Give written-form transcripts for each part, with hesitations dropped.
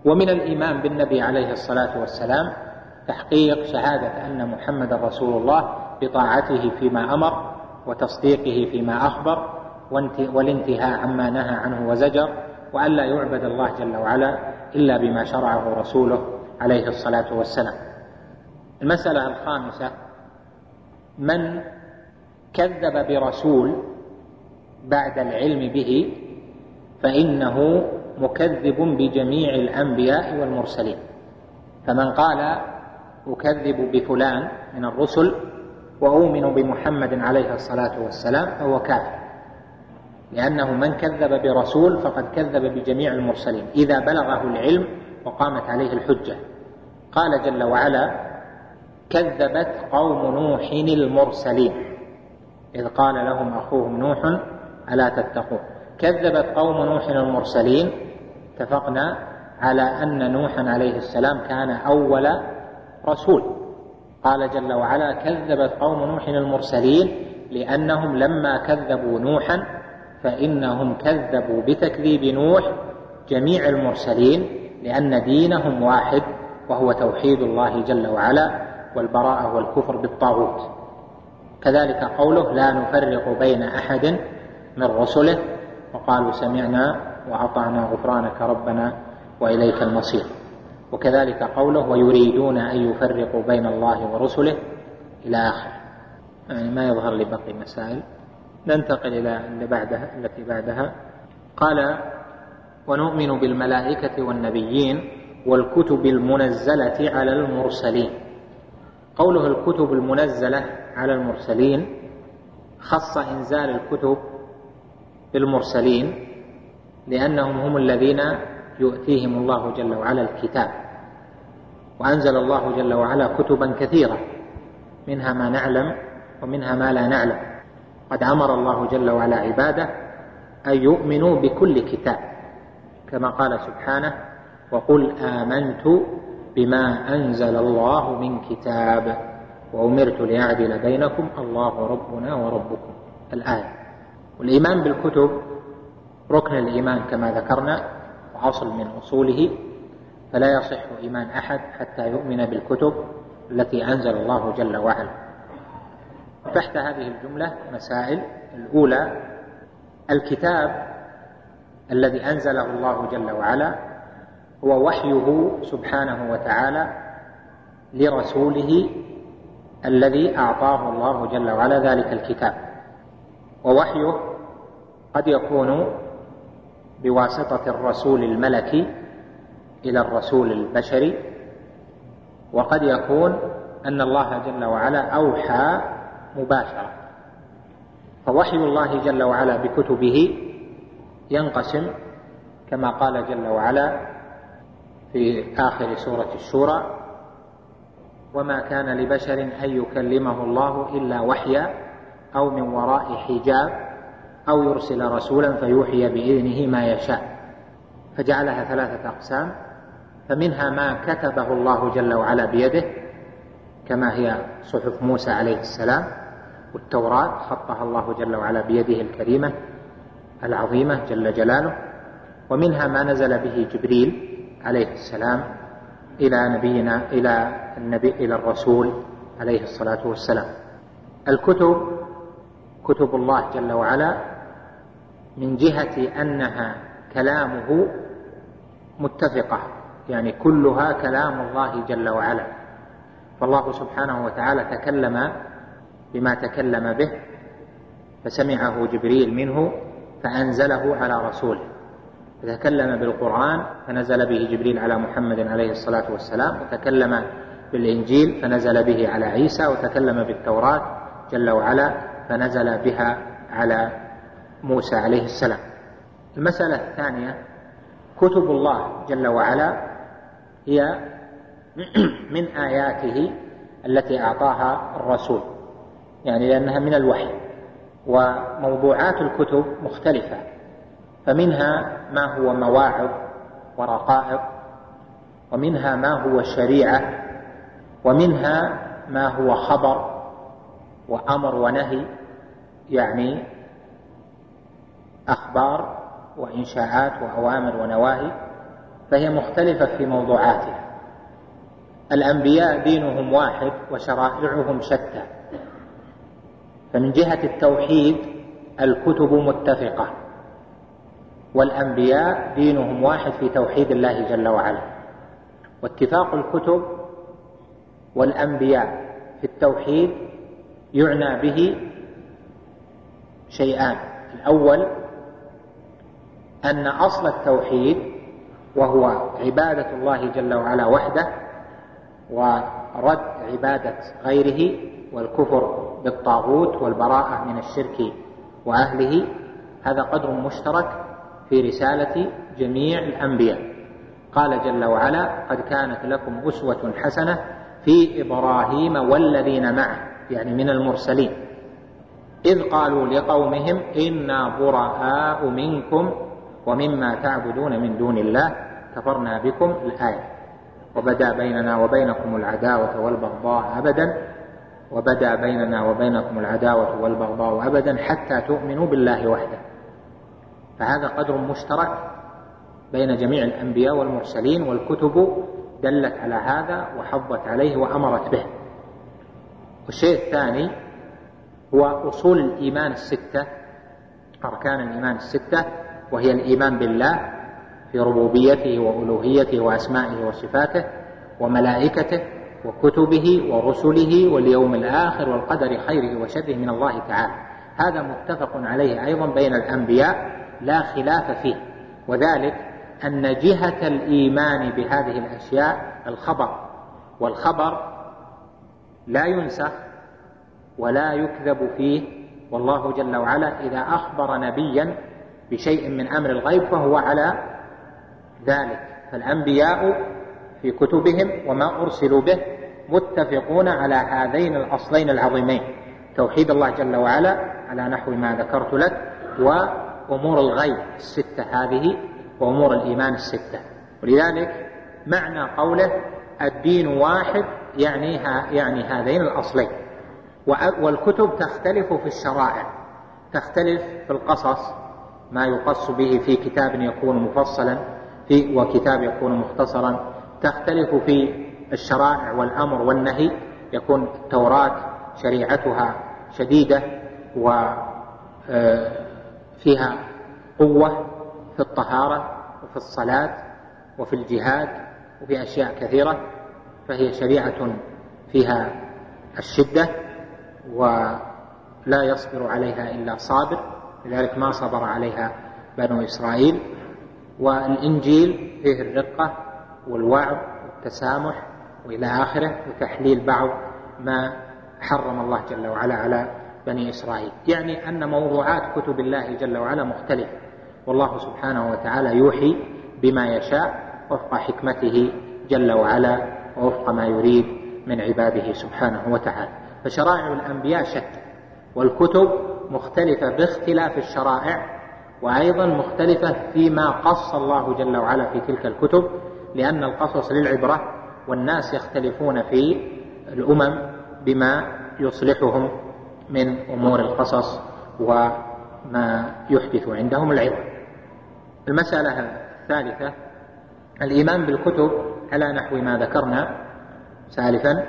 ومن الإيمان بالنبي عليه الصلاة والسلام تحقيق شهادة أن محمد رسول الله بطاعته فيما أمر وتصديقه فيما أخبر والانتهاء عما نهى عنه وزجر، وأن لا يعبد الله جل وعلا إلا بما شرعه رسوله عليه الصلاة والسلام. المسألة الخامسة: من كذب برسول بعد العلم به فإنه مكذب بجميع الأنبياء والمرسلين. فمن قال أكذب بفلان من الرسل وأؤمن بمحمد عليه الصلاة والسلام فهو كافر، لأنه من كذب برسول فقد كذب بجميع المرسلين إذا بلغه العلم وقامت عليه الحجة. قال جل وعلا: كذبت قوم نوح المرسلين إذ قال لهم أخوهم نوح ألا تتقون. كذبت قوم نوح المرسلين، اتفقنا على أن نوحا عليه السلام كان أول رسول. قال جل وعلا: كذبت قوم نوح المرسلين لأنهم لما كذبوا نوحا فإنهم كذبوا بتكذيب نوح جميع المرسلين، لأن دينهم واحد وهو توحيد الله جل وعلا والبراءة والكفر بالطاغوت. كذلك قوله: لا نفرق بين أحد من رسله وقالوا سمعنا وأطعنا غفرانك ربنا وإليك المصير. وكذلك قوله: ويريدون أن يفرقوا بين الله ورسله إلى آخر. يعني ما يظهر لي بقي مسائل، ننتقل إلى التي بعدها. قال: ونؤمن بالملائكة والنبيين والكتب المنزلة على المرسلين. قوله الكتب المنزلة على المرسلين خص إنزال الكتب بالمرسلين لأنهم هم الذين يؤتيهم الله جل وعلا الكتاب، وأنزل الله جل وعلا كتبا كثيرة منها ما نعلم ومنها ما لا نعلم. قد أمر الله جل وعلا عباده أن يؤمنوا بكل كتاب كما قال سبحانه: وقل آمنت بما أنزل الله من كتاب وأمرت لأعدل بينكم الله ربنا وربكم. الآية. والإيمان بالكتب ركن الإيمان كما ذكرنا وأصل من أصوله، فلا يصح إيمان أحد حتى يؤمن بالكتب التي أنزل الله جل وعلا. تحت هذه الجملة مسائل. الأولى: الكتاب الذي أنزله الله جل وعلا هو وحيه سبحانه وتعالى لرسوله الذي أعطاه الله جل وعلا ذلك الكتاب. ووحيه قد يكون بواسطة الرسول الملكي إلى الرسول البشري، وقد يكون أن الله جل وعلا أوحى مباشرة. فوحي الله جل وعلا بكتبه ينقسم كما قال جل وعلا في آخر سورة الشورى: وما كان لبشر أن يكلمه الله إلا وحيا أو من وراء حجاب أو يرسل رسولا فيوحي بإذنه ما يشاء. فجعلها ثلاثة أقسام: فمنها ما كتبه الله جل وعلا بيده كما هي صحف موسى عليه السلام، والتوراة خطها الله جل وعلا بيده الكريمة العظيمة جل جلاله. ومنها ما نزل به جبريل عليه السلام إلى نبينا إلى الرسول عليه الصلاة والسلام. الكتب كتب الله جل وعلا من جهة أنها كلامه متفقة، يعني كلها كلام الله جل وعلا. فالله سبحانه وتعالى تكلم بما تكلم به فسمعه جبريل منه فأنزله على رسوله، وتكلم بالقرآن فنزل به جبريل على محمد عليه الصلاة والسلام، وتكلم بالإنجيل فنزل به على عيسى، وتكلم بالتوراة جل وعلا فنزل بها على موسى عليه السلام. المسألة الثانية: كتب الله جل وعلا هي من آياته التي أعطاها الرسول، يعني لأنها من الوحي. وموضوعات الكتب مختلفة، فمنها ما هو مواعظ ورقائق، ومنها ما هو شريعة، ومنها ما هو خبر وأمر ونهي، يعني أخبار وإنشاءات وأوامر ونواهي. فهي مختلفة في موضوعاتها. الأنبياء دينهم واحد وشرائعهم شتى، فمن جهة التوحيد الكتب متفقة، والأنبياء دينهم واحد في توحيد الله جل وعلا. واتفاق الكتب والأنبياء في التوحيد يعنى به شيئان: الأول أن أصل التوحيد وهو عبادة الله جل وعلا وحده، ورد عبادة غيره، والكفر بالطاغوت، والبراءة من الشرك وأهله، هذا قدر مشترك في رسالة جميع الأنبياء. قال جل وعلا: قد كانت لكم أسوة حسنة في إبراهيم والذين معه، يعني من المرسلين، إذ قالوا لقومهم إنا براء منكم ومما تعبدون من دون الله كفرنا بكم، الآية. وبدا بيننا وبينكم العداوة والبغضاء أبدا حتى تؤمنوا بالله وحده. فهذا قدر مشترك بين جميع الأنبياء والمرسلين، والكتب دلت على هذا وحضت عليه وأمرت به. والشيء الثاني هو أصول الإيمان الستة، أركان الإيمان الستة، وهي الإيمان بالله في ربوبيته وألوهيته وأسمائه وصفاته وملائكته وكتبه ورسله واليوم الآخر والقدر خيره وشره من الله تعالى. هذا متفق عليه أيضا بين الأنبياء لا خلاف فيه، وذلك أن جهة الإيمان بهذه الأشياء الخبر، والخبر لا ينسخ ولا يكذب فيه، والله جل وعلا إذا أخبر نبيا بشيء من أمر الغيب فهو على ذلك. فالأنبياء في كتبهم وما أرسلوا به متفقون على هذين الأصلين العظيمين: توحيد الله جل وعلا على نحو ما ذكرت لك، وأمور الغيب الستة هذه، وأمور الإيمان الستة. ولذلك معنى قوله الدين واحد يعني هذين الأصلين. والكتب تختلف في الشرائع، تختلف في القصص، ما يقص به في كتاب يكون مفصلا وكتاب يكون مختصرا، تختلف في الشرائع والأمر والنهي، يكون التوراة شريعتها شديدة وفيها قوة في الطهارة وفي الصلاة وفي الجهاد وفي أشياء كثيرة، فهي شريعة فيها الشدة ولا يصبر عليها إلا صابر، لذلك ما صبر عليها بنو إسرائيل. والإنجيل فيه الرقة والوعظ والتسامح وإلى آخره، وتحليل بعض ما حرم الله جل وعلا على بني إسرائيل. يعني أن موضوعات كتب الله جل وعلا مختلفة، والله سبحانه وتعالى يوحي بما يشاء وفق حكمته جل وعلا ووفق ما يريد من عباده سبحانه وتعالى. فشرائع الأنبياء شتى، والكتب مختلفة باختلاف الشرائع، وأيضا مختلفة فيما قص الله جل وعلا في تلك الكتب، لأن القصص للعبرة، والناس يختلفون في الأمم بما يصلحهم من أمور القصص وما يحدث عندهم العبرة. المسألة الثالثة الإيمان بالكتب على نحو ما ذكرنا سالفا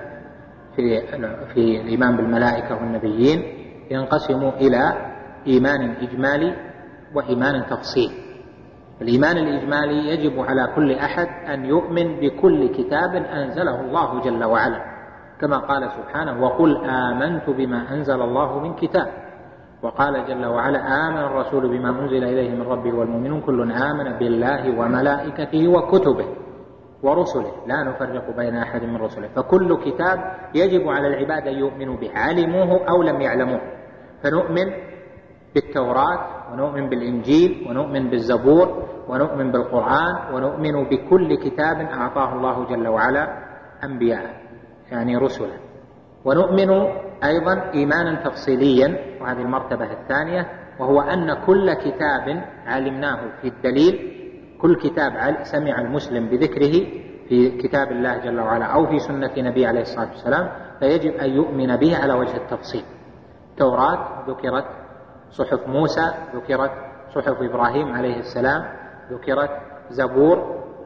في الإيمان بالملائكة والنبيين، ينقسم إلى إيمان إجمالي وإيمان تفصيلي. الإيمان الإجمالي يجب على كل أحد أن يؤمن بكل كتاب أنزله الله جل وعلا، كما قال سبحانه: وقل آمنت بما أنزل الله من كتاب. وقال جل وعلا: آمن الرسول بما أنزل إليه من ربه والمؤمنون كل آمن بالله وملائكته وكتبه ورسله لا نفرق بين أحد من رسله. فكل كتاب يجب على العباد أن يؤمنوا به، علموه أو لم يعلموه. فنؤمن بالتوراة، ونؤمن بالإنجيل، ونؤمن بالزبور، ونؤمن بالقرآن، ونؤمن بكل كتاب أعطاه الله جل وعلا أنبياء يعني رسلا. ونؤمن أيضا إيمانا تفصيليا، وهذه المرتبة الثانية، وهو أن كل كتاب علمناه في الدليل، كل كتاب سمع المسلم بذكره في كتاب الله جل وعلا أو في سنة نبي عليه الصلاة والسلام، فيجب أن يؤمن به على وجه التفصيل. التوراة ذكرت، صحف موسى ذكرت، صحف إبراهيم عليه السلام ذكرت، زبور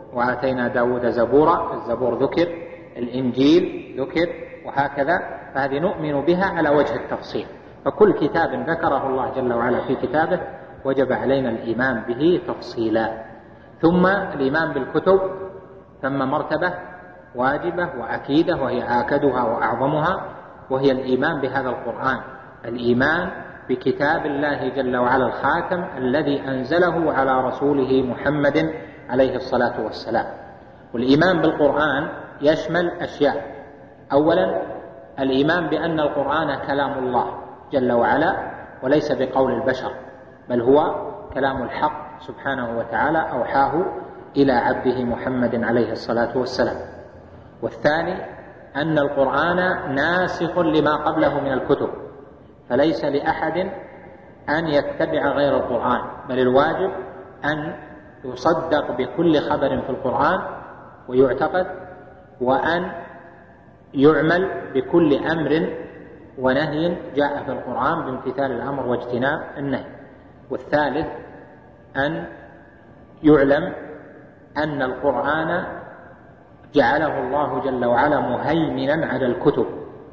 وآتينا داود زبورا، الزبور ذكر، الإنجيل ذكر، وهكذا. فهذه نؤمن بها على وجه التفصيل. فكل كتاب ذكره الله جل وعلا في كتابه وجب علينا الإيمان به تفصيلا. ثم الإيمان بالكتب ثم مرتبة واجبة وأكيدة، وهي آكدها وأعظمها، وهي الإيمان بهذا القرآن، الإيمان بكتاب الله جل وعلا الخاتم الذي أنزله على رسوله محمد عليه الصلاة والسلام. والإيمان بالقرآن يشمل أشياء: أولا الإيمان بأن القرآن كلام الله جل وعلا وليس بقول البشر، بل هو كلام الحق سبحانه وتعالى أوحاه إلى عبده محمد عليه الصلاة والسلام. والثاني أن القرآن ناسخ لما قبله من الكتب، فليس لأحد أن يتبع غير القرآن، بل الواجب أن يصدق بكل خبر في القرآن ويعتقد، وأن يعمل بكل أمر ونهي جاء في القرآن بامتثال الأمر واجتناب النهي. والثالث أن يعلم أن القرآن جعله الله جل وعلا مهيمنا على الكتب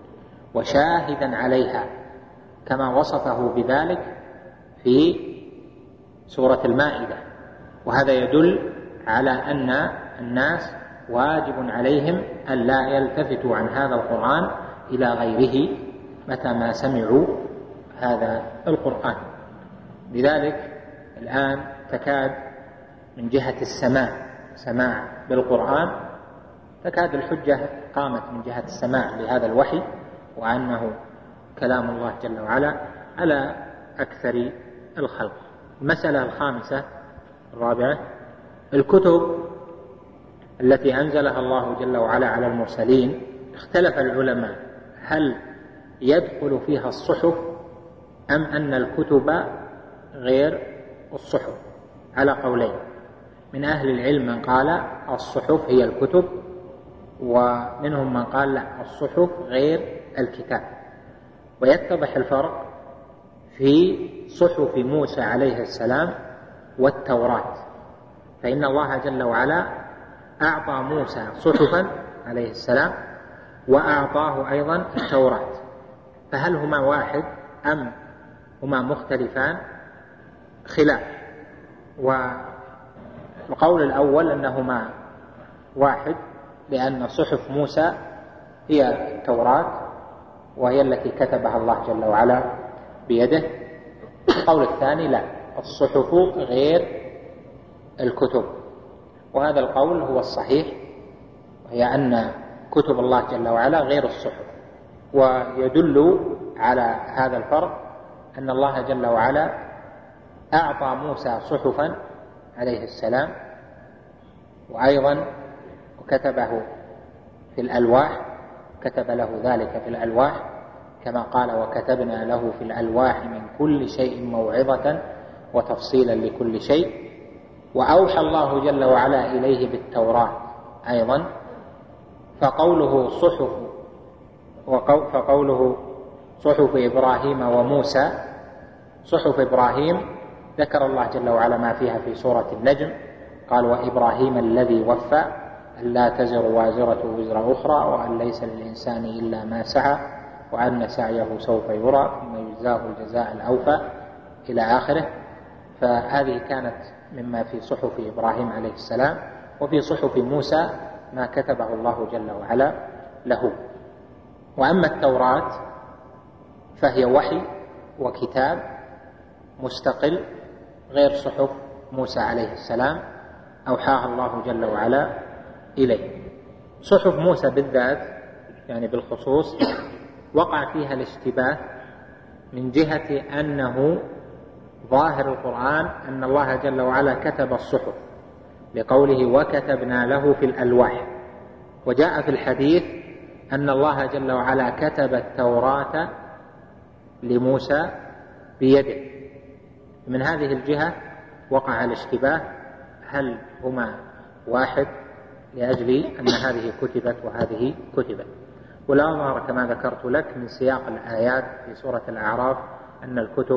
وشاهدا عليها، كما وصفه بذلك في سورة المائدة. وهذا يدل على أن الناس واجب عليهم أن لا يلتفتوا عن هذا القرآن إلى غيره متى ما سمعوا هذا القرآن. لذلك الآن تكاد من جهة سماع بالقرآن، تكاد الحجة قامت من جهة السماع لهذا الوحي وأنه كلام الله جل وعلا على أكثر الخلق. المسألة الخامسة الرابعة: الكتب التي أنزلها الله جل وعلا على المرسلين، اختلف العلماء هل يدخل فيها الصحف أم أن الكتب غير الصحف، على قولين. من أهل العلم من قال الصحف هي الكتب، ومنهم من قال لا، الصحف غير الكتاب. ويتضح الفرق في صحف موسى عليه السلام والتوراة، فإن الله جل وعلا أعطى موسى صحفا عليه السلام وأعطاه أيضا التوراة، فهل هما واحد أم هما مختلفان؟ خلاف. والقول الأول أنهما واحد، لأن صحف موسى هي التوراة وهي التي كتبها الله جل وعلا بيده. القول الثاني لا، الصحف غير الكتب، وهذا القول هو الصحيح، وهي أن كتب الله جل وعلا غير الصحف. ويدل على هذا الفرق أن الله جل وعلا أعطى موسى صحفا عليه السلام، وأيضا كتبه في الألواح، كتب له ذلك في الألواح كما قال: وكتبنا له في الألواح من كل شيء موعظة وتفصيلا لكل شيء. وأوحى الله جل وعلا إليه بالتوراة أيضا. فقوله صحف إبراهيم وموسى، صحف إبراهيم ذكر الله جل وعلا ما فيها في سورة النجم، قال: وإبراهيم الذي وفى ألا تزر وازرة وزر أخرى وأن ليس للإنسان إلا ما سعى وأن سعيه سوف يرى ثم يجزاه الجزاء الأوفى إلى آخره. فهذه كانت مما في صحف إبراهيم عليه السلام. وفي صحف موسى ما كتبه الله جل وعلا له. وأما التوراة فهي وحي وكتاب مستقل غير صحف موسى عليه السلام، أوحاها الله جل وعلا إليه. صحف موسى بالذات يعني بالخصوص وقع فيها الاشتباه من جهة أنه ظاهر القرآن أن الله جل وعلا كتب الصحف لقوله: وكتبنا له في الألواح. وجاء في الحديث أن الله جل وعلا كتب التوراة لموسى بيده. من هذه الجهة وقع الاشتباه، هل هما واحد لأجل أن هذه كتبت وهذه كتبت؟ ولا ظهر كما ذكرت لك من سياق الآيات في سورة الأعراف أن الكتب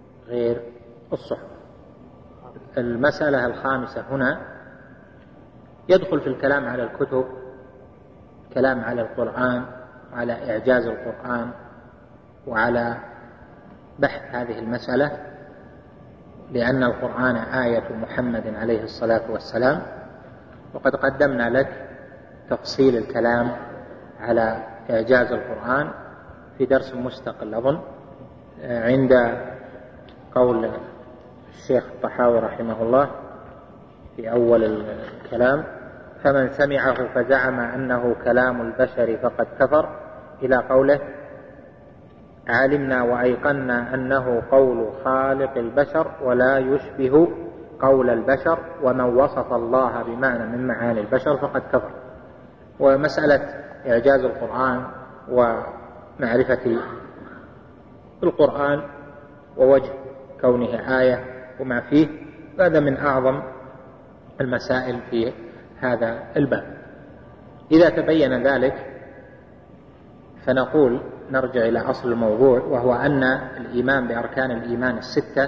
غير الصحف. المسألة الخامسة هنا يدخل في الكلام على الكتب، كلام على القرآن وعلى إعجاز القرآن وعلى بحث هذه المسألة، لأن القرآن آية محمد عليه الصلاة والسلام. وقد قدمنا لك تفصيل الكلام على إعجاز القرآن في درس مستقل أظن، عند قول الشيخ الطحاوي رحمه الله في أول الكلام: فمن سمعه فزعم أنه كلام البشر فقد كفر، إلى قوله: علمنا وأيقنا أنه قول خالق البشر ولا يشبه قول البشر، ومن وصف الله بمعنى من معاني البشر فقد كفر. ومسألة إعجاز القرآن ومعرفة القرآن ووجه كونه آية وما فيه، هذا من أعظم المسائل في هذا الباب. إذا تبين ذلك فنقول نرجع إلى أصل الموضوع، وهو أن الإيمان بأركان الإيمان الستة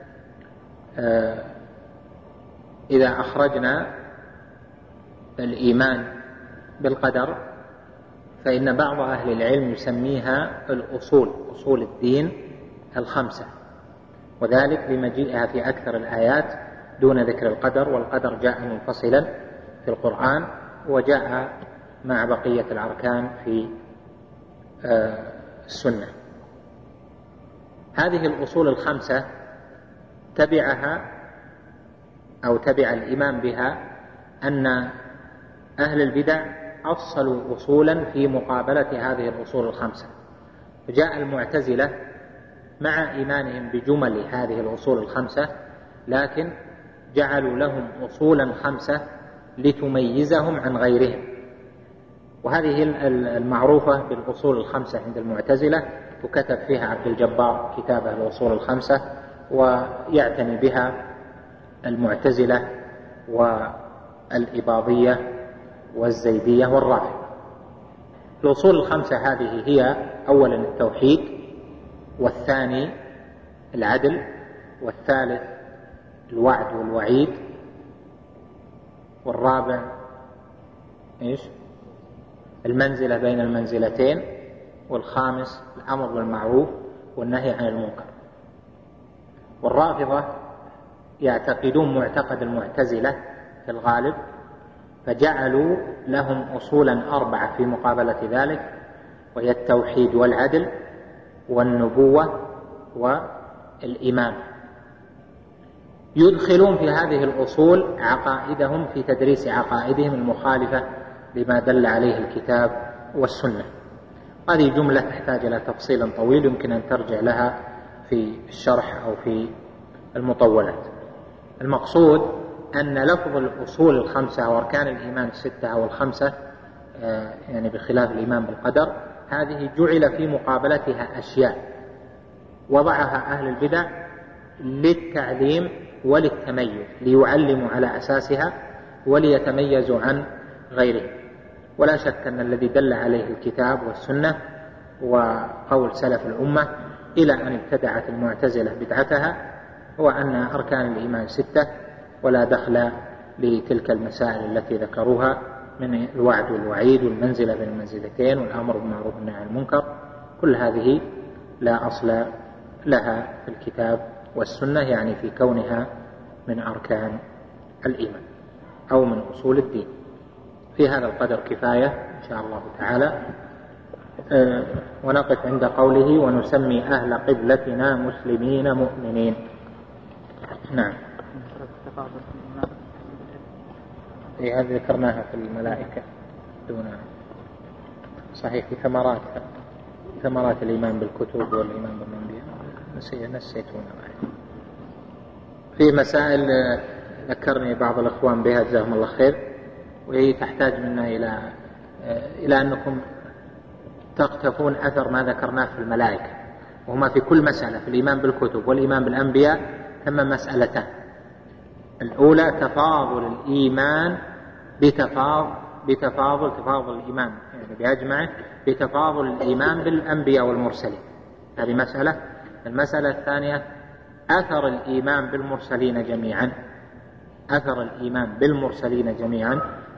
إذا أخرجنا الإيمان بالقدر فإن بعض أهل العلم يسميها الأصول، أصول الدين الخمسة، وذلك لمجيئها في أكثر الآيات دون ذكر القدر، والقدر جاء منفصلا في القرآن وجاء مع بقية الأركان في السنة. هذه الأصول الخمسة تبعها أو تبع الإيمان بها أن أهل البدع أصلوا أصولا في مقابلة هذه الأصول الخمسة، فجاء المعتزلة مع إيمانهم بجمل هذه الأصول الخمسة، لكن جعلوا لهم أصولا خمسة لتميزهم عن غيرهم، وهذه المعروفة بالأصول الخمسة عند المعتزلة، وكتب فيها عبد الجبار كتابه الأصول الخمسة، ويعتني بها المعتزلة والإباضية والزيدية والرافضة. الأصول الخمسة هذه هي: أولا التوحيد، والثاني العدل، والثالث الوعد والوعيد، والرابع المنزلة بين المنزلتين، والخامس الأمر بالمعروف والنهي عن المنكر. والرافضة يعتقدون معتقد المعتزلة في الغالب، فجعلوا لهم أصولا أربعة في مقابلة ذلك، وهي التوحيد والعدل والنبوة والإمامة. يدخلون في هذه الأصول عقائدهم في تدريس عقائدهم المخالفة لما دل عليه الكتاب والسنة. هذه جملة تحتاج إلى تفصيل طويل يمكن أن ترجع لها في الشرح أو في المطولات. المقصود أن لفظ الأصول الخمسة وأركان الإيمان الستة أو الخمسة، يعني بخلاف الإيمان بالقدر، هذه جعل في مقابلتها أشياء وضعها أهل البدع للتعليم وللتميز، ليعلموا على أساسها وليتميزوا عن غيرهم. ولا شك أن الذي دل عليه الكتاب والسنة وقول سلف الأمة إلى أن ابتدعت المعتزلة بدعتها هو أن أركان الإيمان ستة، ولا دخل لتلك المسائل التي ذكروها من الوعد والوعيد والمنزلة بين المنزلتين والأمر بالمعروف والنهي عن المنكر. كل هذه لا أصل لها في الكتاب والسنة، يعني في كونها من أركان الإيمان أو من أصول الدين. في هذا القدر كفاية إن شاء الله تعالى، ونقف عند قوله: ونسمي أهل قبلتنا مسلمين مؤمنين. نعم، هذه ذكرناها في الملائكة دون صحيح، في ثمرات الإيمان بالكتب والإيمان بالأنبياء نسيتون. في مسائل ذكرني بعض الأخوان بها جزاهم الله خير، وهي تحتاج منا إلى أنكم تقتفون أثر ما ذكرناه في الملائكة، وهما في كل مسألة في الإيمان بالكتب والإيمان بالأنبياء ثم مسألتان: الأولى تفاضل الإيمان بتفاضل الإيمان يعني بأجمعه بتفاضل الإيمان بالأنبياء والمرسلين، هذه مسألة. المسألة الثانية أثر الإيمان بالمرسلين جميعا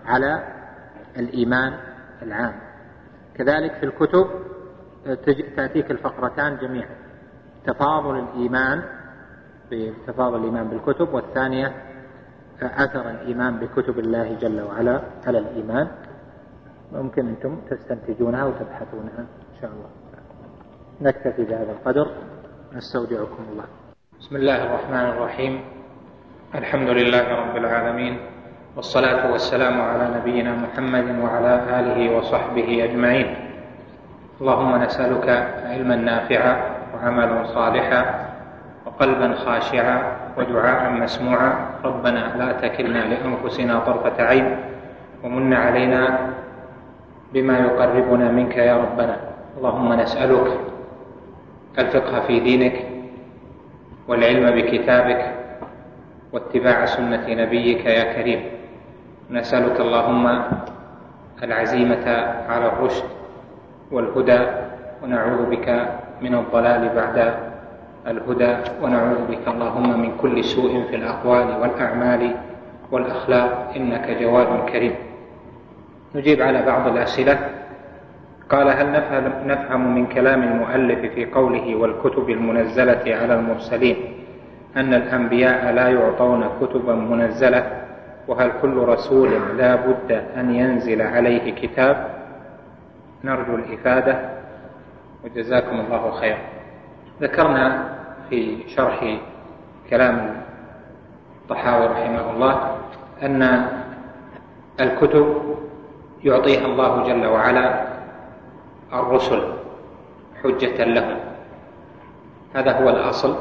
على الإيمان العام. كذلك في الكتب تأتيك الفقرتان جميعا، تفاضل الإيمان بالكتب، والثانية أثر الإيمان بكتب الله جل وعلا على الإيمان. ممكن أنتم تستنتجونها وتبحثونها إن شاء الله. نكتفي بهذا القدر، نستودعكم الله. بسم الله الرحمن الرحيم. الحمد لله رب العالمين، والصلاة والسلام على نبينا محمد وعلى آله وصحبه أجمعين. اللهم نسألك علما نافعا وعملا صالحا وقلبا خاشعا ودعاء مسموعا. ربنا لا تكلنا لأنفسنا طرفة عين، ومن علينا بما يقربنا منك يا ربنا. اللهم نسألك الفقه في دينك والعلم بكتابك واتباع سنة نبيك يا كريم. نسألك اللهم العزيمة على الرشد والهدى، ونعوذ بك من الضلال بعد الهدى، ونعوذ بك اللهم من كل سوء في الأقوال والأعمال والأخلاق، إنك جواد كريم. نجيب على بعض الأسئلة. قال: هل نفهم من كلام المؤلف في قوله والكتب المنزلة على المرسلين أن الأنبياء لا يعطون كتبا منزلة؟ وهل كل رسول لا بد أن ينزل عليه كتاب؟ نرجو الإفادة وجزاكم الله خيرا. ذكرنا في شرح كلام الطحاوي رحمه الله أن الكتب يعطيها الله جل وعلا الرسل حجة لهم، هذا هو الأصل،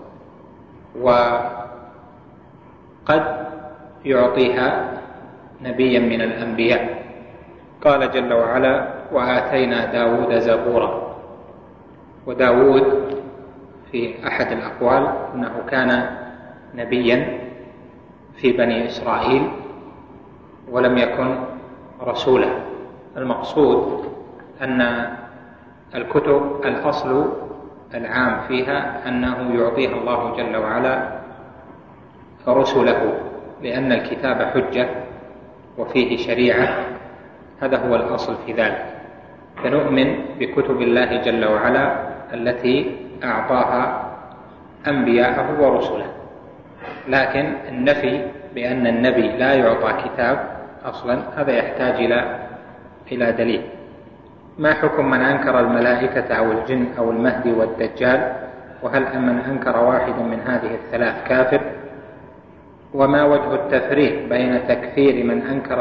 وقد يعطيها نبيا من الأنبياء. قال جل وعلا: وآتينا داود زبورا. وداود في أحد الأقوال أنه كان نبيا في بني إسرائيل ولم يكن رسولا. المقصود أن الكتب الأصل العام فيها أنه يعطيها الله جل وعلا رسله، لأن الكتاب حجة وفيه شريعة، هذا هو الأصل في ذلك. فنؤمن بكتب الله جل وعلا التي أعطاها أنبياءه ورسله. لكن النفي بأن النبي لا يعطى كتاب أصلا هذا يحتاج إلى دليل. ما حكم من أنكر الملائكة أو الجن أو المهدي والدجال؟ وهل من أنكر واحدا من هذه الثلاث كافر؟ وما وجه التفريق بين تكفير من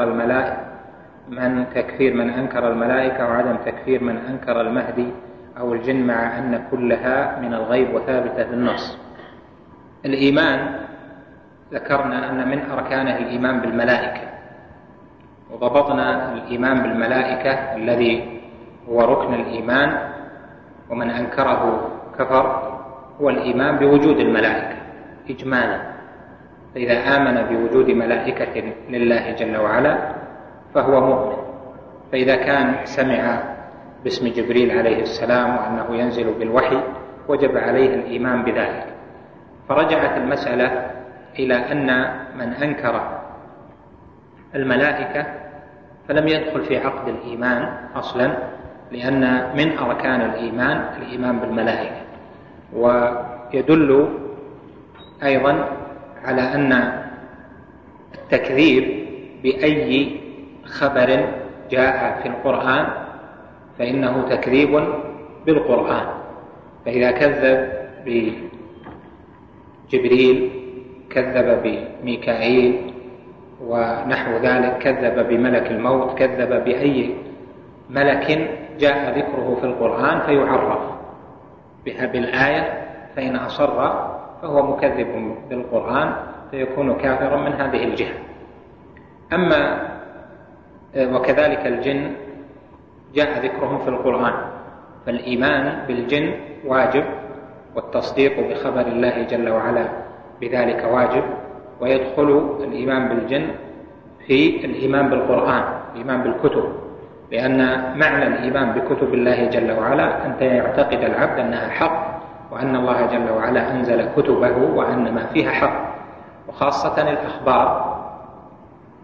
أنكر الملائكة وعدم تكفير من أنكر المهدي أو الجن، مع أن كلها من الغيب وثابتة بالنص؟ الإيمان ذكرنا أن من أركانه الإيمان بالملائكة، وضبطنا الإيمان بالملائكة الذي هو ركن الإيمان، ومن أنكره كفر، هو الإيمان بوجود الملائكة إجمالا. فإذا آمن بوجود ملائكة لله جل وعلا فهو مؤمن. فإذا كان سمع باسم جبريل عليه السلام وأنه ينزل بالوحي وجب عليه الإيمان بذلك. فرجعت المسألة إلى أن من أنكر الملائكة فلم يدخل في عقد الإيمان أصلا، لأن من أركان الإيمان بالملائكة. ويدل أيضا على أن التكذيب بأي خبر جاء في القرآن فإنه تكذيب بالقرآن. فإذا كذب بجبريل كذب بميكائيل ونحو ذلك، كذب بملك الموت، كذب بأي ملك جاء ذكره في القرآن فيعرف بها بالآية، فإن أصر فهو مكذب بالقرآن فيكون كافرا من هذه الجهة. أما وكذلك الجن جاء ذكرهم في القرآن، فالإيمان بالجن واجب، والتصديق بخبر الله جل وعلا بذلك واجب. ويدخل الإيمان بالجن في الإيمان بالقرآن، الإيمان بالكتب، لأن معنى الإيمان بكتب الله جل وعلا أن يعتقد العبد أنها حق، وأن الله جل وعلا أنزل كتبه وأن ما فيها حق. وخاصة الأخبار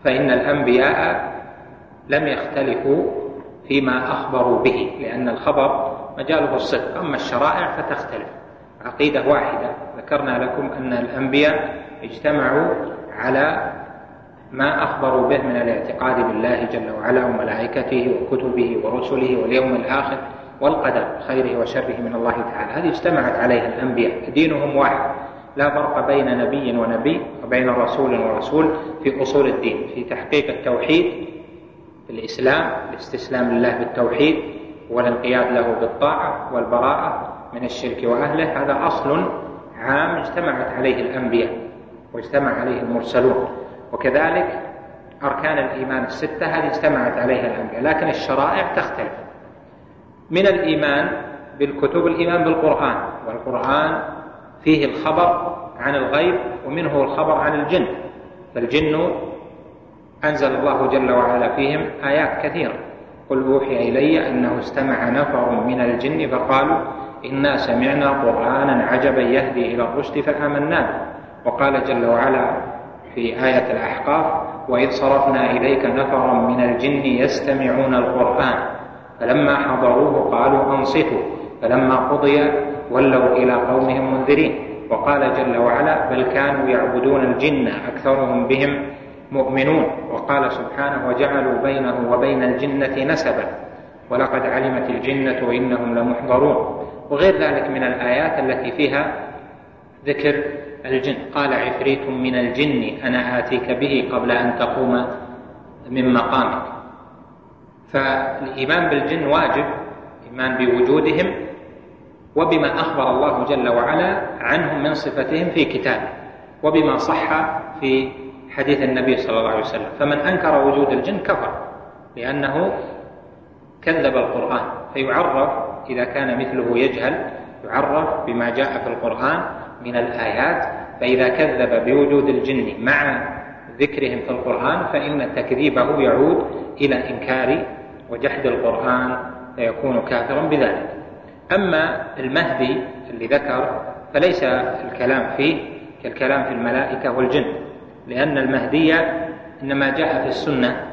فإن الأنبياء لم يختلفوا فيما أخبروا به، لأن الخبر مجاله الصدق، أما الشرائع فتختلف. عقيدة واحدة، ذكرنا لكم أن الأنبياء اجتمعوا على ما أخبروا به من الاعتقاد بالله جل وعلا وملائكته وكتبه ورسله واليوم الآخر والقدر خيره وشره من الله تعالى. هذه اجتمعت عليها الأنبياء، دينهم واحد، لا فرق بين نبي ونبي وبين رسول ورسول في أصول الدين، في تحقيق التوحيد في الإسلام، الاستسلام لله بالتوحيد والانقياد له بالطاعة والبراءة من الشرك وأهله. هذا أصل عام اجتمعت عليه الأنبياء واجتمع عليه المرسلون. وكذلك أركان الإيمان الستة هذه اجتمعت عليها الأنبياء، لكن الشرائع تختلف. من الإيمان بالكتب الإيمان بالقرآن، والقرآن فيه الخبر عن الغيب ومنه الخبر عن الجن، فالجن أنزل الله جل وعلا فيهم آيات كثيرة. قل أوحي إلي أنه استمع نفر من الجن فقالوا إنا سمعنا قرآنا عجبا يهدي إلى الرشد فآمنا به. وقال جل وعلا في آية الأحقاف وإذ صرفنا إليك نفرا من الجن يستمعون القرآن فلما حضروه قالوا أنصتوا فلما قضي ولوا إلى قومهم منذرين. وقال جل وعلا بل كانوا يعبدون الجن أكثرهم بهم مؤمنون. وقال سبحانه وجعلوا بينه وبين الجنة نسبا ولقد علمت الجنة إنهم لمحضرون. وغير ذلك من الآيات التي فيها ذكر الجن. قال عفريت من الجن أنا آتيك به قبل أن تقوم من مقامك. فالإيمان بالجن واجب، إيمان بوجودهم وبما أخبر الله جل وعلا عنهم من صفتهم في كتابه وبما صح في حديث النبي صلى الله عليه وسلم. فمن أنكر وجود الجن كفر لأنه كذب القرآن، فيعرف إذا كان مثله يجهل يعرف بما جاء في القرآن من الآيات. فإذا كذب بوجود الجن مع ذكرهم في القرآن فإن تكذيبه يعود إلى إنكار وجحد القرآن فيكون كافرا بذلك. أما المهدي اللي ذكر فليس الكلام فيه كالكلام في الملائكة والجن، لأن المهدي إنما جاء في السنة،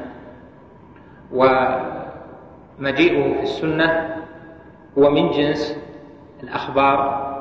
ومجيئه في السنة هو من جنس الأخبار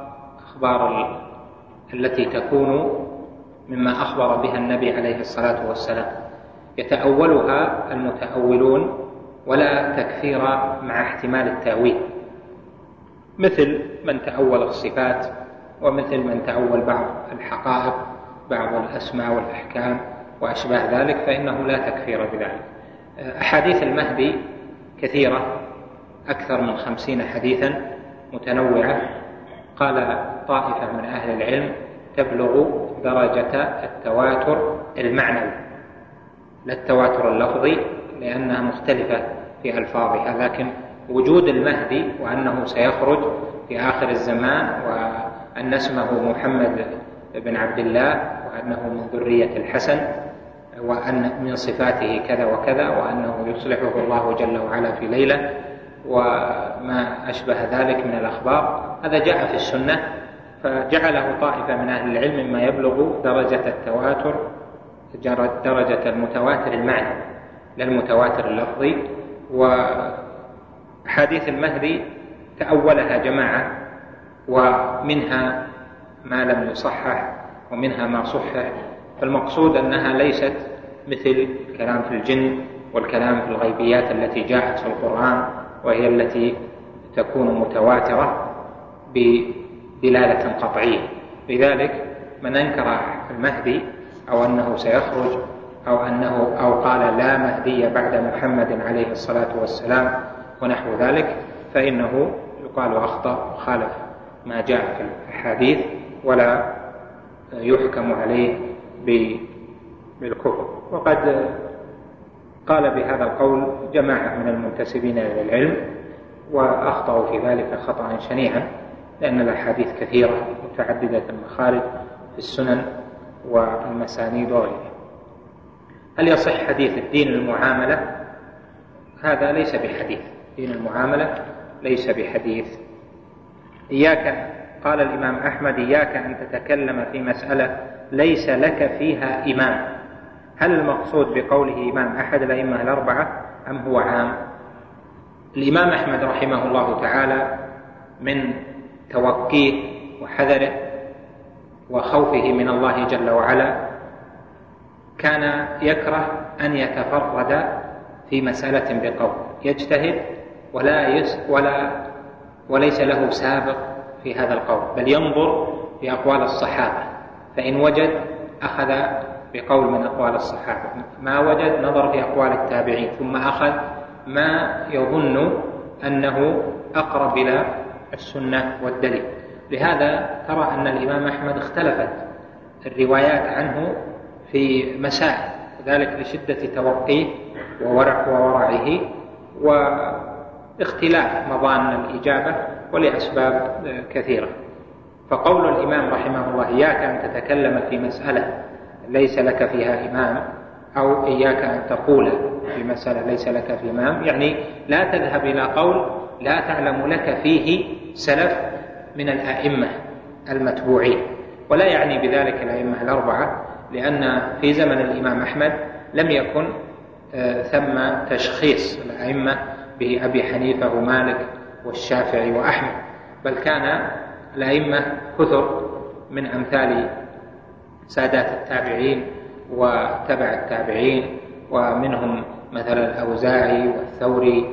التي تكون مما أخبر بها النبي عليه الصلاة والسلام، يتأولها المتأولون ولا تكفير مع احتمال التأويل، مثل من تأول الصفات ومثل من تأول بعض الحقائق بعض الأسماء والأحكام وأشباه ذلك، فإنه لا تكفير بذلك. أحاديث المهدي كثيرة، أكثر من 50 حديثا متنوعة. قال طائفة من أهل العلم تبلغ درجة التواتر المعنوي، لا التواتر اللفظي لأنها مختلفة في ألفاظها، لكن وجود المهدي وأنه سيخرج في آخر الزمان وأن اسمه محمد بن عبد الله وأنه من ذرية الحسن وأن من صفاته كذا وكذا وأنه يصلحه الله جل وعلا في ليلة وما أشبه ذلك من الأخبار، هذا جاء في السنة، فجعله طائفة من أهل العلم مما يبلغ درجة التواتر، درجة المتواتر المعنى لا المتواتر اللفظي. وحديث المهدي تأولها جماعة، ومنها ما لم يصحح ومنها ما صحح، فالمقصود أنها ليست مثل الكلام في الجن والكلام في الغيبيات التي جاءت في القرآن وهي التي تكون متواترة بدلالة قطعية. لذلك من أنكر المهدي أو أنه سيخرج أو قال لا مهدي بعد محمد عليه الصلاة والسلام ونحو ذلك فإنه يقال أخطأ وخالف ما جاء في الحديث ولا يحكم عليه بالكفر. وقد قال بهذا القول جماعة من المنتسبين إلى العلم وأخطأوا في ذلك خطأ شنيعا، لأن الأحاديث كثيرة متعددة المخارج في السنن والمسانيد وغيرها. هل يصح حديث الدين المعاملة؟ هذا ليس بحديث، دين المعاملة ليس بحديث. قال الإمام أحمد إياك أن تتكلم في مسألة ليس لك فيها إمام هل المقصود بقوله إمام أحد الأئمة الأربعة أم هو عام؟ الإمام أحمد رحمه الله تعالى من توقيه وحذره وخوفه من الله جل وعلا كان يكره أن يتفرد في مسألة بقول، يجتهد وليس له سابق في هذا القول، بل ينظر في أقوال الصحابة، فإن وجد أخذ بقول من أقوال الصحابة، ما وجد نظر في أقوال التابعين، ثم أخذ ما يظن أنه أقرب إلى السنة والدليل. لهذا ترى أن الإمام أحمد اختلفت الروايات عنه في مسائل، وذلك لشدة توقيه وورعه واختلاف مظان الإجابة ولأسباب كثيرة. فقول الإمام رحمه الله إياك أن تتكلم في مسألة ليس لك فيها إمام، أو إياك أن تقول في مسألة ليس لك في إمام، يعني لا تذهب إلى قول لا تعلم لك فيه سلف من الأئمة المتبوعين، ولا يعني بذلك الأئمة الأربعة، لأن في زمن الإمام أحمد لم يكن ثم تشخيص الأئمة بأبي حنيفة ومالك والشافعي وأحمد، بل كان الأئمة كثر من أمثال سادات التابعين وتبع التابعين، ومنهم مثلا الأوزاعي والثوري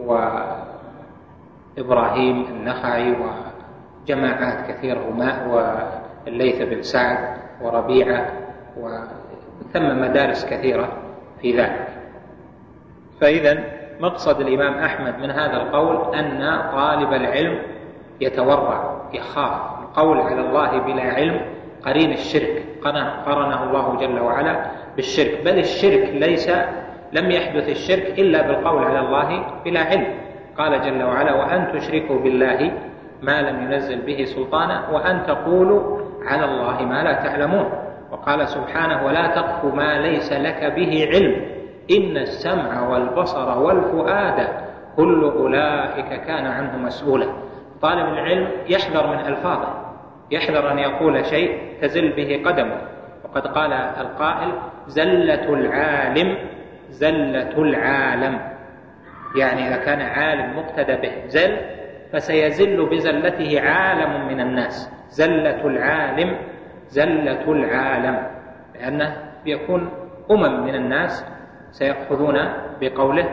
وإبراهيم النخعي وجماعات كثيرة، والليث بن سعد وربيعة، وثم مدارس كثيرة في ذلك. فإذا مقصد الإمام أحمد من هذا القول أن طالب العلم يتورع، يخاف القول على الله بلا علم قرين الشرك، قرنه الله جل وعلا بالشرك، بل الشرك لم يحدث الشرك إلا بالقول على الله بلا علم. قال جل وعلا وأن تشركوا بالله ما لم ينزل به سلطانا وأن تقولوا على الله ما لا تعلمون. وقال سبحانه ولا تقف ما ليس لك به علم إن السمع والبصر والفؤاد كل أولئك كان عنه مسؤولا. طالب العلم يحذر من ألفاظه، يحذر أن يقول شيء تزل به قدمه، وقد قال القائل زلة العالم، يعني إذا كان عالم مقتدى به زل فسيزل بزلته عالم من الناس. زلة العالم لأنه يكون من الناس سيأخذون بقوله.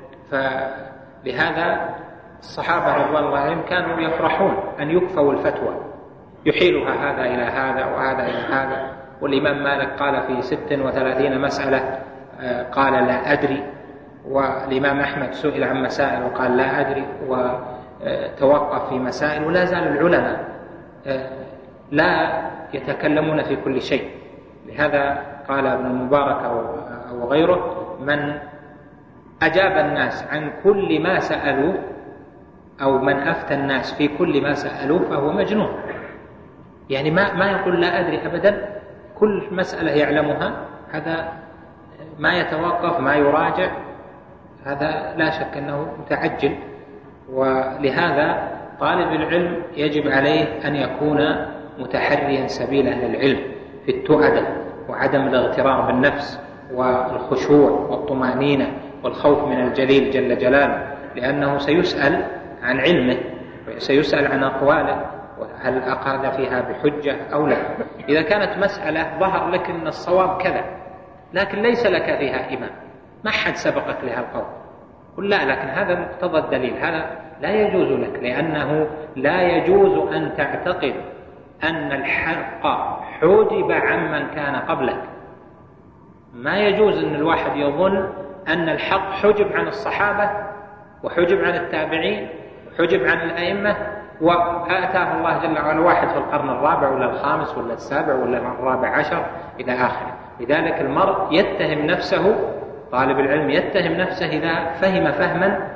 فلهذا الصحابة رضوان الله عليهم كانوا يفرحون أن يكفوا الفتوى، يحيلها هذا إلى هذا وهذا إلى هذا. والإمام مالك قال في 36 مسألة قال لا أدري، والإمام أحمد سئل عن مسائل وقال لا أدري، وتوقف في مسائل. ولا زال العلماء لا يتكلمون في كل شيء. لهذا قال ابن المبارك أو غيره من أجاب الناس عن كل ما سألوا، أو من أفتى الناس في كل ما سألوه فهو مجنون. يعني ما يقول لا أدري أبدا، كل مسألة يعلمها، هذا ما يتوقف ما يراجع، هذا لا شك أنه متعجل. ولهذا طالب العلم يجب عليه أن يكون متحريا سبيل أهل العلم في التؤدة وعدم الاغترار بالنفس والخشوع والطمأنينة والخوف من الجليل جل جلاله، لأنه سيسأل عن علمه وسيسأل عن أقواله وهل أخذ فيها بحجة أو لا. إذا كانت مسألة ظهر لك أن الصواب كذا لكن ليس لك فيها إمام، ما حد سبقك لها القول، قل لا، لكن هذا مقتضى الدليل، هذا لا يجوز لك، لأنه لا يجوز أن تعتقد أن الحق حجب عمن كان قبلك. ما يجوز أن الواحد يظن أن الحق حجب عن الصحابة وحجب عن التابعين وحجب عن الأئمة، وآتاه الله جل وعلا واحد في القرن الرابع ولا الخامس ولا السابع ولا الرابع عشر إلى آخره. لذلك المرء يتهم نفسه، طالب العلم يتهم نفسه إذا فهم فهما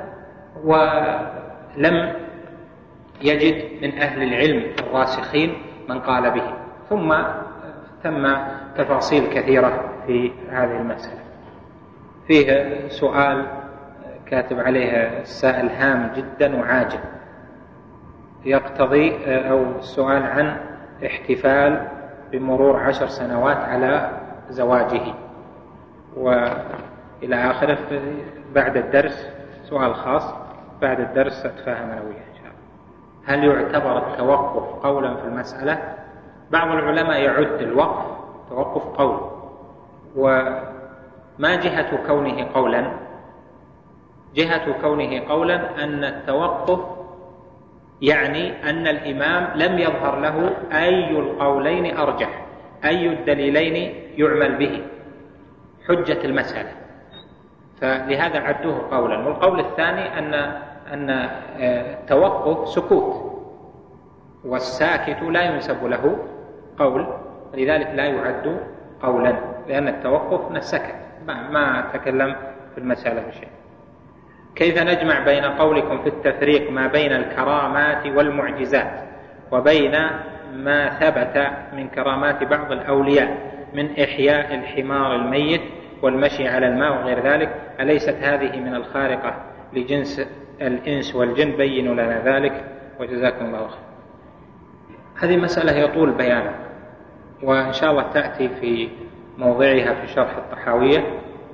ولم يجد من أهل العلم الراسخين من قال به. ثم تفاصيل كثيرة في هذه المسألة. فيه سؤال كاتب عليه السائل هام جدا وعاجل، يقتضي أو السؤال عن احتفال بمرور 10 سنوات على زواجه، وإلى آخره. بعد الدرس سؤال خاص بعد الدرس أتفاهم أنا وياه إن شاء الله. هل يعتبر التوقف قولا في المسألة؟ بعض العلماء يعد الوقف توقف قول، وما جهة كونه قولا؟ جهة كونه قولا أن التوقف يعني أن الإمام لم يظهر له أي القولين أرجح، أي الدليلين يعمل به حجة المسألة، فلهذا عدوه قولا. والقول الثاني أن التوقف سكوت، والساكت لا ينسب له قول، لذلك لا يعد قولا، لأن التوقف السكت ما تكلم في المسألة بشيء. كيف نجمع بين قولكم في التفريق ما بين الكرامات والمعجزات وبين ما ثبت من كرامات بعض الأولياء من إحياء الحمار الميت والمشي على الماء وغير ذلك؟ أليست هذه من الخارقة لجنس الإنس والجن؟ بينوا لنا ذلك وجزاكم الله خير. هذه مسألة يطول بيانها، وإن شاء الله تأتي في موضعها في شرح الطحاوية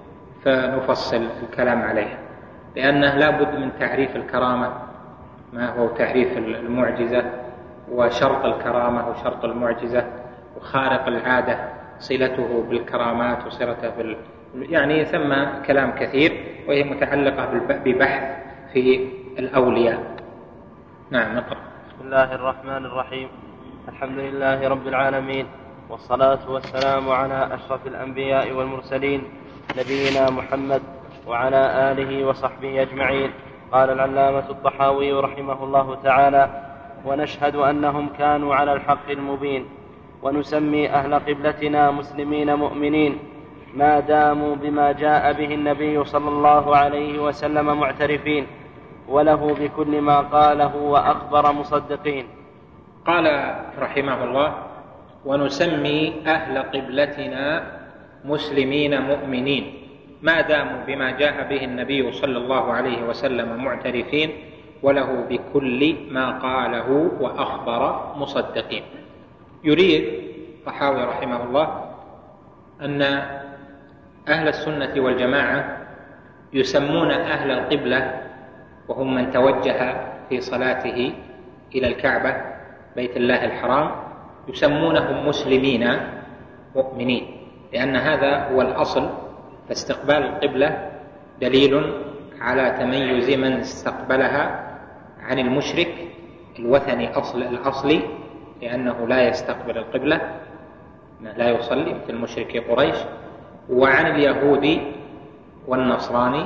فنفصل الكلام عليها، لأنه لا بد من تعريف الكرامة ما هو تعريف المعجزة، وشرط الكرامة وشرط المعجزة، وخارق العادة صلته بالكرامات وصلته يعني ثم كلام كثير، وهي متعلقة ببحث في الأولياء. نعم نقرأ. بسم الله الرحمن الرحيم. الحمد لله رب العالمين، والصلاة والسلام على أشرف الأنبياء والمرسلين نبينا محمد وعلى آله وصحبه أجمعين. قال العلامة الطحاوي رحمه الله تعالى: ونشهد أنهم كانوا على الحق المبين، ونسمي أهل قبلتنا مسلمين مؤمنين ما داموا بما جاء به النبي صلى الله عليه وسلم معترفين، وله بكل ما قاله وأخبر مصدقين. قال رحمه الله: ونسمي أهل قبلتنا مسلمين مؤمنين ما داموا بما جاء به النبي صلى الله عليه وسلم معترفين، وله بكل ما قاله وأخبر مصدقين. يريد الطحاوي رحمه الله أن أهل السنة والجماعة يسمون أهل القبلة، وهم من توجه في صلاته إلى الكعبة بيت الله الحرام، يسمونهم مسلمين مؤمنين، لأن هذا هو الأصل. فاستقبال القبلة دليل على تميز من استقبلها عن المشرك الوثني الأصلي، لأنه لا يستقبل القبلة، لا يصلي مثل مشركي قريش، وعن اليهودي والنصراني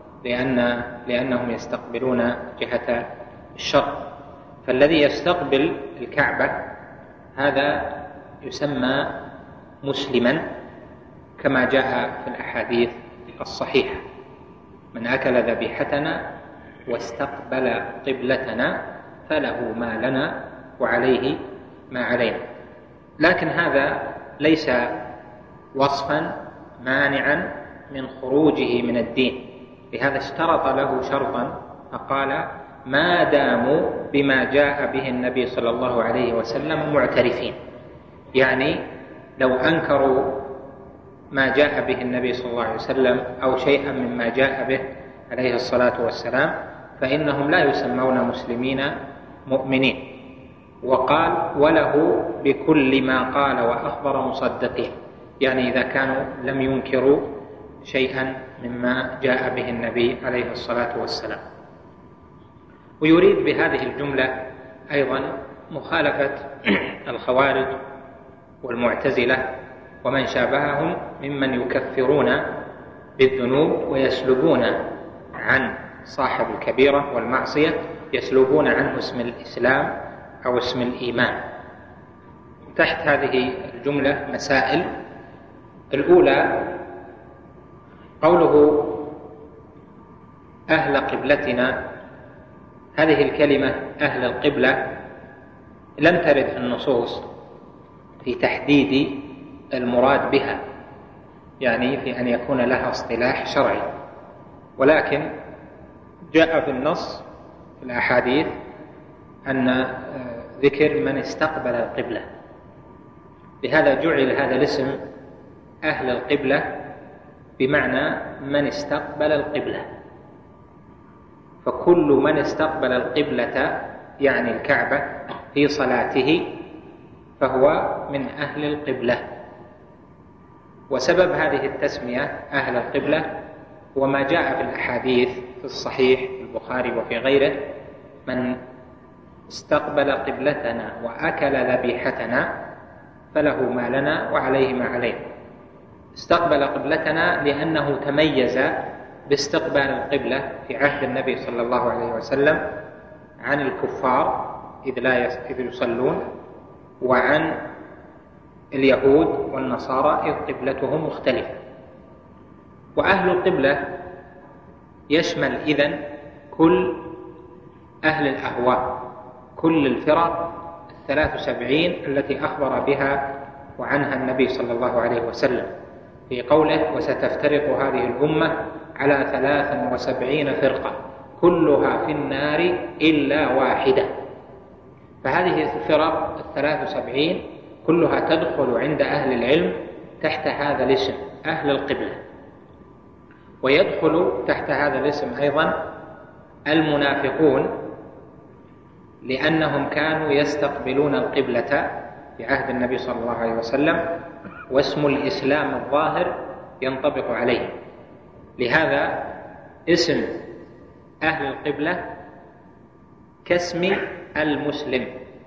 لأنهم يستقبلون جهة الشرق. فالذي يستقبل الكعبة هذا يسمى مسلما، كما جاء في الأحاديث الصحيحة: من أكل ذبيحتنا واستقبل قبلتنا فله ما لنا وعليه ما علينا. لكن هذا ليس وصفا مانعا من خروجه من الدين، لهذا اشترط له شرطا فقال: ما داموا بما جاء به النبي صلى الله عليه وسلم معترفين. يعني لو أنكروا ما جاء به النبي صلى الله عليه وسلم أو شيئا مما جاء به عليه الصلاة والسلام فإنهم لا يسمون مسلمين مؤمنين. وقال: وله بكل ما قال وأخبر مصدقين، يعني إذا كانوا لم ينكروا شيئا مما جاء به النبي عليه الصلاة والسلام. ويريد بهذه الجملة أيضا مخالفة الخوارج والمعتزلة ومن شابههم ممن يكفرون بالذنوب ويسلبون عن صاحب الكبيرة والمعصية، يسلبون عنه اسم الإسلام أو اسم الإيمان. تحت هذه الجملة مسائل. الأولى: قوله أهل قبلتنا، هذه الكلمة أهل القبلة لم ترد في النصوص في تحديد المراد بها، يعني في أن يكون لها اصطلاح شرعي، ولكن جاء في النص في الأحاديث أن ذكر من استقبل القبلة، لهذا جعل هذا الاسم أهل القبلة بمعنى من استقبل القبلة، فكل من استقبل القبلة يعني الكعبة في صلاته فهو من أهل القبلة. وسبب هذه التسمية أهل القبلة هو ما جاء في الأحاديث في الصحيح في البخاري وفي غيره: من استقبل قبلتنا وأكل ذبيحتنا فله ما لنا وعليه ما عليه. استقبل قبلتنا لأنه تميز باستقبال القبلة في عهد النبي صلى الله عليه وسلم عن الكفار إذ يصلون، وعن اليهود والنصارى إذ قبلتهم مختلفة. وأهل القبلة يشمل إذن كل أهل الأهواء، كل الفرق 73 التي أخبر بها وعنها النبي صلى الله عليه وسلم في قوله: وستفترق هذه الأمة على 73 فرقة كلها في النار إلا واحدة. فهذه الفرق 73 كلها تدخل عند أهل العلم تحت هذا الاسم أهل القبلة. ويدخل تحت هذا الاسم أيضا المنافقون، لأنهم كانوا يستقبلون القبلة في عهد النبي صلى الله عليه وسلم، واسم الإسلام الظاهر ينطبق عليه. لهذا اسم أهل القبلة كاسم المسلم،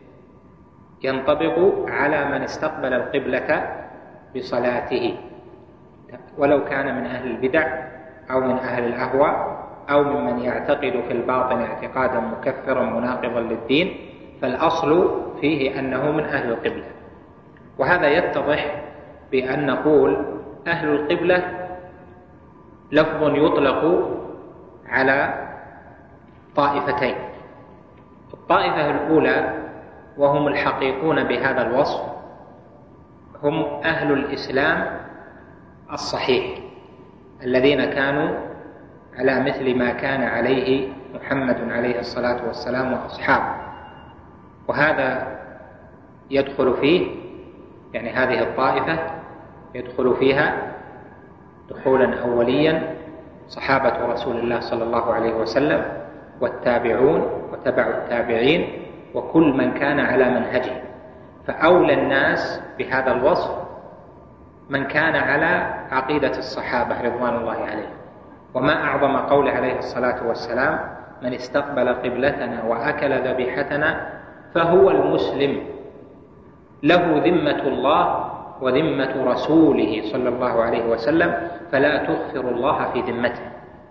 ينطبق على من استقبل القبلة بصلاته، ولو كان من أهل البدع أو من أهل الأهواء أو ممن يعتقد في الباطن اعتقادا مكفرا مناقضا للدين، فالأصل فيه أنه من أهل القبلة. وهذا يتضح بأن نقول أهل القبلة لفظ يطلق على طائفتين: الطائفة الأولى وهم الحقيقون بهذا الوصف هم أهل الإسلام الصحيح الذين كانوا على مثل ما كان عليه محمد عليه الصلاة والسلام وأصحابه. وهذا يدخل فيه، يعني هذه الطائفة يدخل فيها دخولا أوليا صحابة رسول الله صلى الله عليه وسلم والتابعون وتبع التابعين وكل من كان على منهجه. فأولى الناس بهذا الوصف من كان على عقيدة الصحابة رضوان الله عليهم. وما أعظم قوله عليه الصلاة والسلام: من استقبل قبلتنا وأكل ذبيحتنا فهو المسلم، له ذمة الله وذمة رسوله صلى الله عليه وسلم، فلا تغفر الله في ذمته.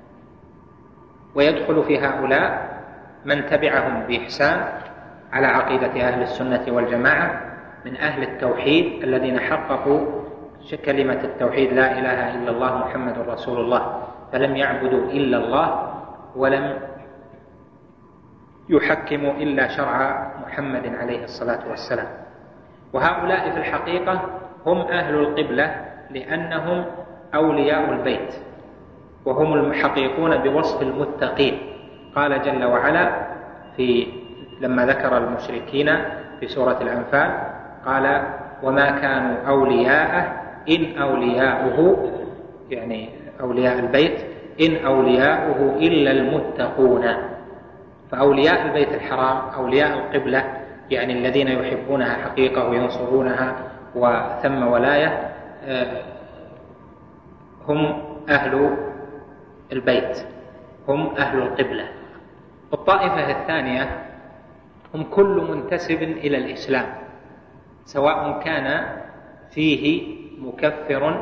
ويدخل في هؤلاء من تبعهم بإحسان على عقيدة أهل السنة والجماعة من أهل التوحيد الذين حققوا كلمة التوحيد: لا إله إلا الله محمد رسول الله، فلم يعبدوا إلا الله ولم يحكموا إلا شرع محمد عليه الصلاة والسلام. وهؤلاء في الحقيقة هم أهل القبلة لأنهم أولياء البيت، وهم المحققون بوصف المتقين. قال جل وعلا لما ذكر المشركين في سورة الأنفال قال: وما كانوا أولياءه إن أولياؤه، يعني أولياء البيت، إن أولياؤه إلا المتقون. فأولياء البيت الحرام أولياء القبلة، يعني الذين يحبونها حقيقة وينصرونها وثم ولاية، هم أهل البيت، هم أهل القبلة. الطائفة الثانية هم كل منتسب إلى الإسلام، سواء كان فيه مكفر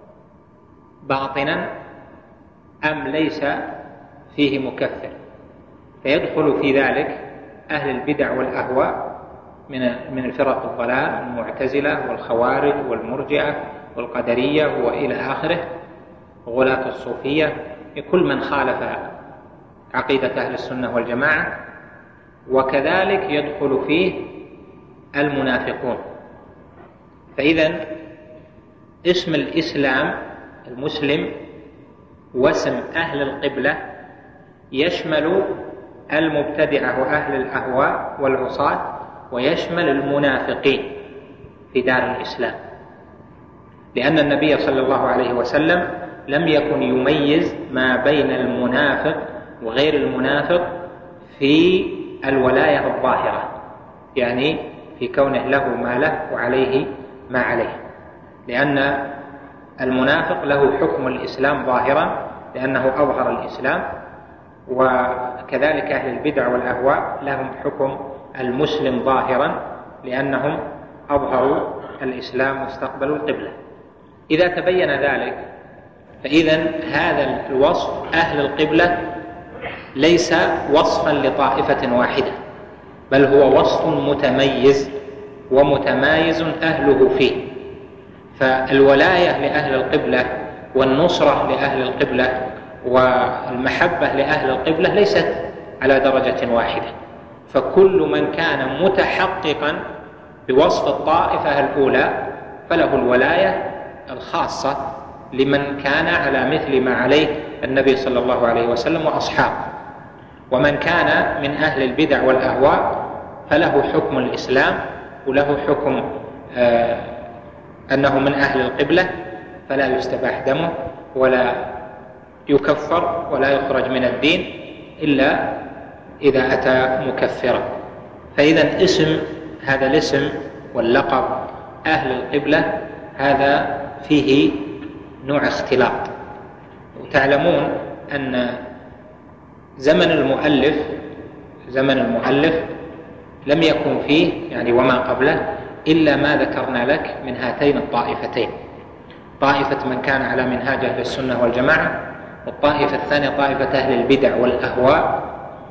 باطنا أم ليس فيه مكفر، فيدخل في ذلك أهل البدع والأهواء من الفرق الضلال، المعتزلة والخوارج والمرجئة والقدرية وإلى آخره، غلاة الصوفية، كل من خالف عقيدة أهل السنة والجماعة. وكذلك يدخل فيه المنافقون. فإذن اسم الإسلام المسلم واسم أهل القبلة يشمل المبتدعة وأهل الأهواء والعصاة، ويشمل المنافقين في دار الإسلام، لأن النبي صلى الله عليه وسلم لم يكن يميز ما بين المنافق وغير المنافق في الولاية الظاهرة، يعني في كونه له ما له وعليه ما عليه، لأن المنافق له حكم الإسلام ظاهرا لأنه أظهر الإسلام، وكذلك أهل البدع والأهواء لهم حكم المسلم ظاهرا لأنهم أظهروا الإسلام واستقبلوا القبلة. إذا تبين ذلك فإذن هذا الوصف أهل القبلة ليس وصفا لطائفة واحدة، بل هو وصف متميز ومتمايز أهله فيه. فالولاية لأهل القبلة والنصرة لأهل القبلة والمحبة لأهل القبلة ليست على درجة واحدة، فكل من كان متحققا بوصف الطائفة الأولى فله الولاية الخاصة لمن كان على مثل ما عليه النبي صلى الله عليه وسلم وأصحابه، ومن كان من أهل البدع والأهواء فله حكم الإسلام وله حكم أنه من أهل القبلة، فلا يستباح دمه ولا يكفر ولا يخرج من الدين إلا إذا أتى مكفرا. فإذا هذا الاسم واللقب أهل القبلة هذا فيه نوع اختلاط. وتعلمون أن زمن المؤلف لم يكن فيه يعني وما قبله إلا ما ذكرنا لك من هاتين الطائفتين، طائفة من كان على منهاج أهل السنة والجماعة، والطائفة الثانية طائفة أهل البدع والأهواء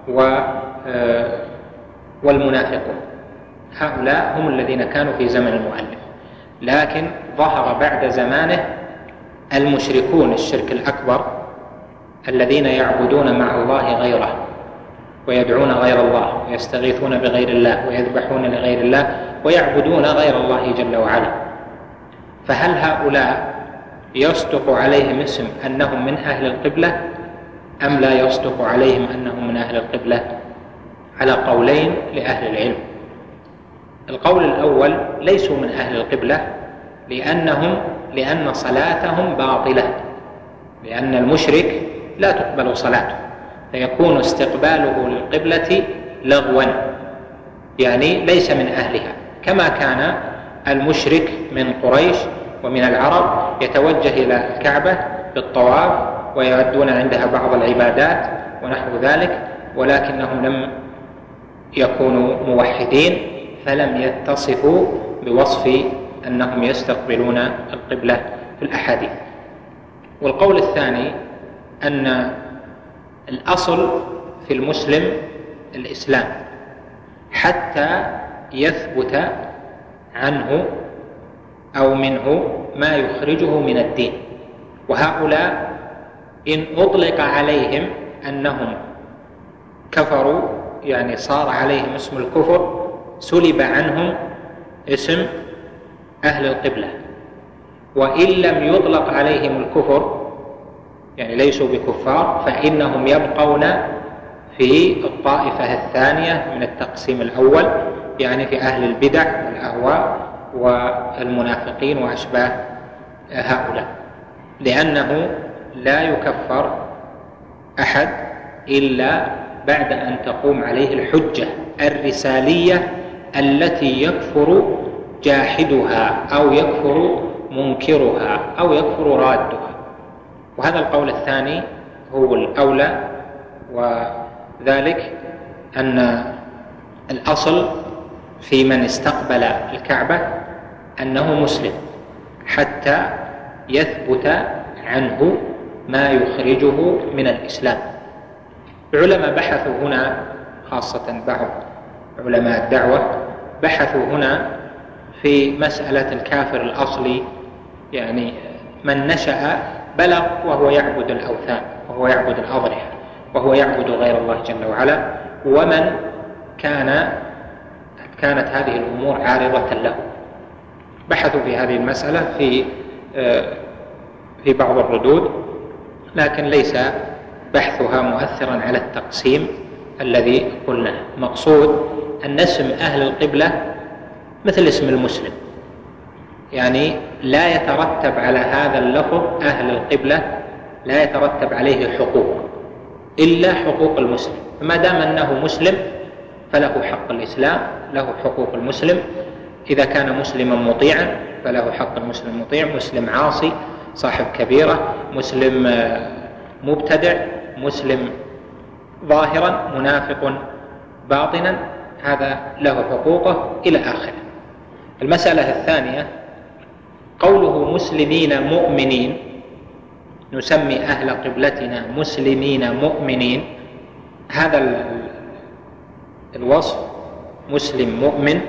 والمنافقون. هؤلاء هم الذين كانوا في زمن المؤلف، لكن ظهر بعد زمانه المشركون الشرك الأكبر الذين يعبدون مع الله غيره ويدعون غير الله ويستغيثون بغير الله ويذبحون لغير الله ويعبدون غير الله جل وعلا. فهل هؤلاء يصدق عليهم اسم أنهم من أهل القبلة أم لا يصدق عليهم أنهم من أهل القبلة؟ على قولين لأهل العلم. القول الأول ليسوا من أهل القبلة لأن صلاتهم باطلة، لأن المشرك لا تقبل صلاته، فيكون استقباله للقبلة لغوا، يعني ليس من أهلها، كما كان المشرك من قريش ومن العرب يتوجه إلى الكعبة بالطواف ويؤدون عندها بعض العبادات ونحو ذلك، ولكنهم لم يكونوا موحدين فلم يتصفوا بوصف أنهم يستقبلون القبلة في الأحاديث. والقول الثاني أن الأصل في المسلم الإسلام حتى يثبت عنه أو منه ما يخرجه من الدين، وهؤلاء إن أطلق عليهم أنهم كفروا يعني صار عليهم اسم الكفر سلب عنهم اسم أهل القبلة، وإن لم يطلق عليهم الكفر يعني ليسوا بكفار فإنهم يبقون في الطائفة الثانية من التقسيم الأول، يعني في أهل البدع والأهواء والمنافقين وأشباه هؤلاء، لأنه لا يكفر أحد إلا بعد أن تقوم عليه الحجة الرسالية التي يكفر جاحدها أو يكفر منكرها أو يكفر رادها. وهذا القول الثاني هو الأولى، وذلك أن الأصل في من استقبل الكعبة أنه مسلم حتى يثبت عنه ما يخرجه من الإسلام. العلماء بحثوا هنا، خاصة بعض علماء الدعوة بحثوا هنا في مسألة الكافر الأصلي، يعني من نشأ بلغ وهو يعبد الأوثان وهو يعبد الأضرحة وهو يعبد غير الله جل وعلا، ومن كانت هذه الأمور عارضة له. بحثوا في هذه المسألة في بعض الردود، لكن ليس بحثها مؤثرا على التقسيم الذي قلناه. مقصود أن اسم أهل القبلة مثل اسم المسلم، يعني لا يترتب على هذا اللفظ أهل القبلة لا يترتب عليه حقوق إلا حقوق المسلم. فما دام أنه مسلم فله حق الإسلام، له حقوق المسلم. إذا كان مسلما مطيعا فله حق المسلم المطيع، مسلم عاصي، صاحب كبيرة، مسلم مبتدع، مسلم ظاهرا، منافق باطنا، هذا له حقوقه إلى آخره. المسألة الثانية قوله مسلمين مؤمنين، نسمي أهل قبلتنا مسلمين مؤمنين، هذا الوصف مسلم مؤمن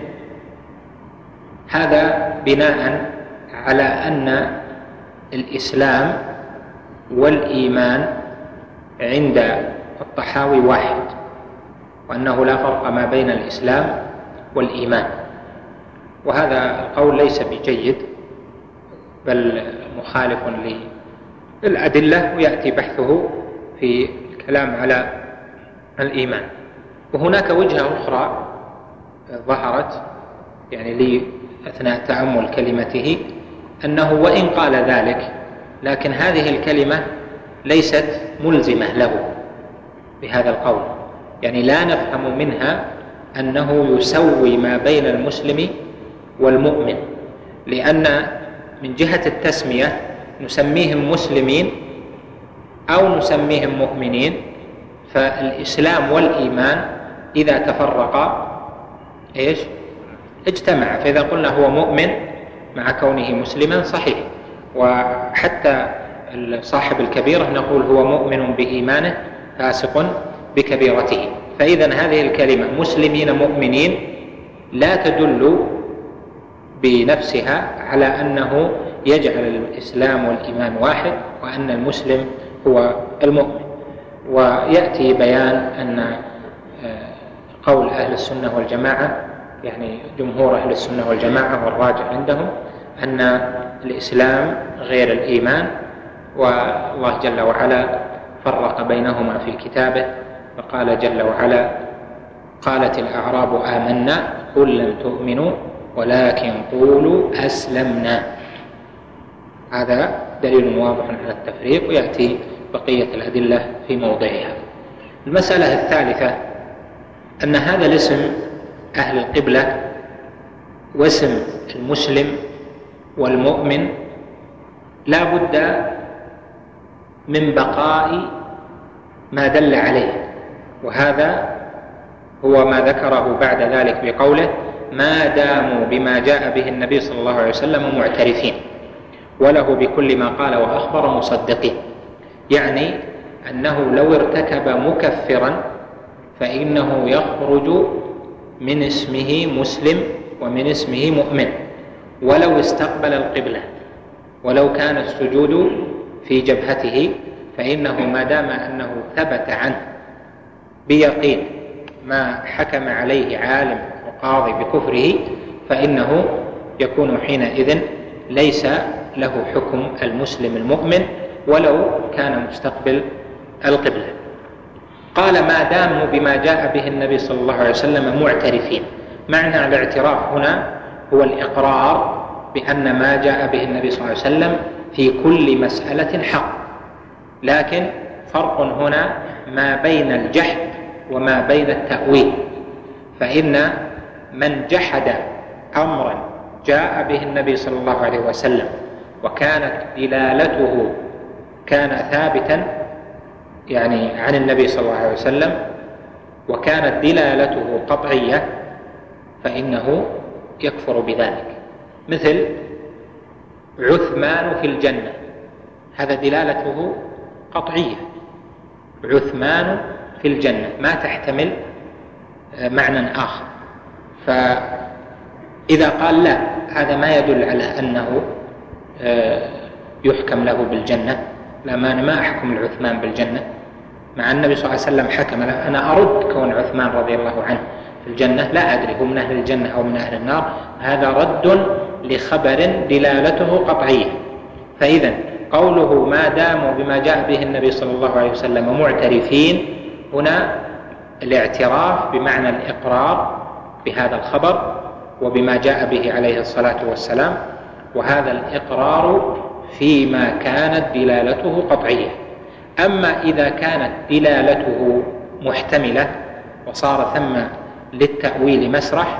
هذا بناء على أن الإسلام والإيمان عند الطحاوي واحد، وأنه لا فرق ما بين الإسلام والإيمان، وهذا القول ليس بجيد بل مخالف للأدلة، ويأتي بحثه في الكلام على الإيمان. وهناك وجهة أخرى ظهرت يعني لي أثناء تأمل كلمته، أنه وإن قال ذلك لكن هذه الكلمة ليست ملزمة له بهذا القول، يعني لا نفهم منها أنه يسوي ما بين المسلم والمؤمن، لأن من جهة التسمية نسميهم مسلمين أو نسميهم مؤمنين، فالإسلام والإيمان إذا تفرقا اجتمع، فإذا قلنا هو مؤمن مع كونه مسلما صحيح، وحتى صاحب الكبيرة نقول هو مؤمن بإيمانه فاسق بكبيرته. فإذا هذه الكلمة مسلمين مؤمنين لا تدل بنفسها على أنه يجعل الإسلام والإيمان واحد وأن المسلم هو المؤمن. ويأتي بيان أن قول أهل السنة والجماعة، يعني جمهور أهل السنة والجماعة والراجع عندهم، أن الإسلام غير الإيمان، والله جل وعلا فرق بينهما في كتابه، فقال جل وعلا: قالت الأعراب آمنا قل لم تؤمنوا ولكن قولوا أسلمنا. هذا دليل واضح على التفريق، ويأتي بقية الأدلة في موضعها. المسألة الثالثة أن هذا الاسم أهل القبلة واسم المسلم والمؤمن لا بد من بقاء ما دل عليه، وهذا هو ما ذكره بعد ذلك بقوله: ما داموا بما جاء به النبي صلى الله عليه وسلم معترفين وله بكل ما قال وأخبر مصدقين، يعني أنه لو ارتكب مكفرا فإنه يخرج من اسمه مسلم ومن اسمه مؤمن، ولو استقبل القبلة ولو كان السجود في جبهته، فإنه ما دام أنه ثبت عنه بيقين ما حكم عليه عالم وقاضي بكفره، فإنه يكون حينئذ ليس له حكم المسلم المؤمن ولو كان مستقبل القبلة. قال: ما داموا بما جاء به النبي صلى الله عليه وسلم معترفين. معنى الاعتراف هنا هو الإقرار بأن ما جاء به النبي صلى الله عليه وسلم في كل مسألة حق، لكن فرق هنا ما بين الجحد وما بين التأويل. فإن من جحد أمرا جاء به النبي صلى الله عليه وسلم وكانت دلالته كان ثابتا يعني عن النبي صلى الله عليه وسلم وكانت دلالته قطعية، فإنه يكفر بذلك. مثل عثمان في الجنة، هذا دلالته قطعية، عثمان في الجنة، ما تحتمل معنى آخر. فإذا قال لا، هذا ما يدل على أنه يحكم له بالجنة، لا، ما أحكم العثمان بالجنة، مع النبي صلى الله عليه وسلم حكم له. أنا أرد كون عثمان رضي الله عنه في الجنة، لا أدري هو من أهل الجنة أو من أهل النار، هذا رد لخبر دلالته قطعية. فإذا قوله ما داموا بما جاء به النبي صلى الله عليه وسلم معترفين، هنا الاعتراف بمعنى الإقرار بهذا الخبر وبما جاء به عليه الصلاة والسلام، وهذا الإقرار فيما كانت دلالته قطعية. أما إذا كانت دلالته محتملة وصار ثم للتأويل مسرح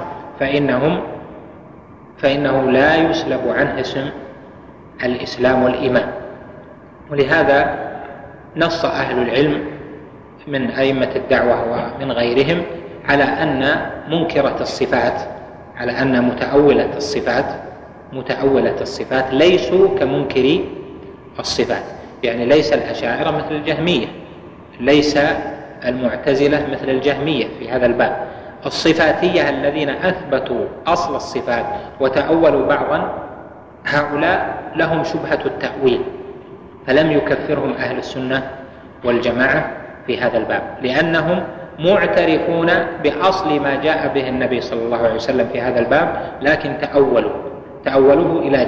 فإنه لا يسلب عنه اسم الإسلام والإيمان. ولهذا نص أهل العلم من أئمة الدعوة ومن غيرهم على أن منكرة الصفات، على أن متأولة الصفات ليسوا كمنكري الصفات. يعني ليس الأشاعرة مثل الجهمية، ليس المعتزلة مثل الجهمية في هذا الباب. الصفاتية الذين أثبتوا أصل الصفات وتأولوا بعضا، هؤلاء لهم شبهة التأويل، فلم يكفرهم أهل السنة والجماعة في هذا الباب، لأنهم معترفون بأصل ما جاء به النبي صلى الله عليه وسلم في هذا الباب، لكن تأولوه إلى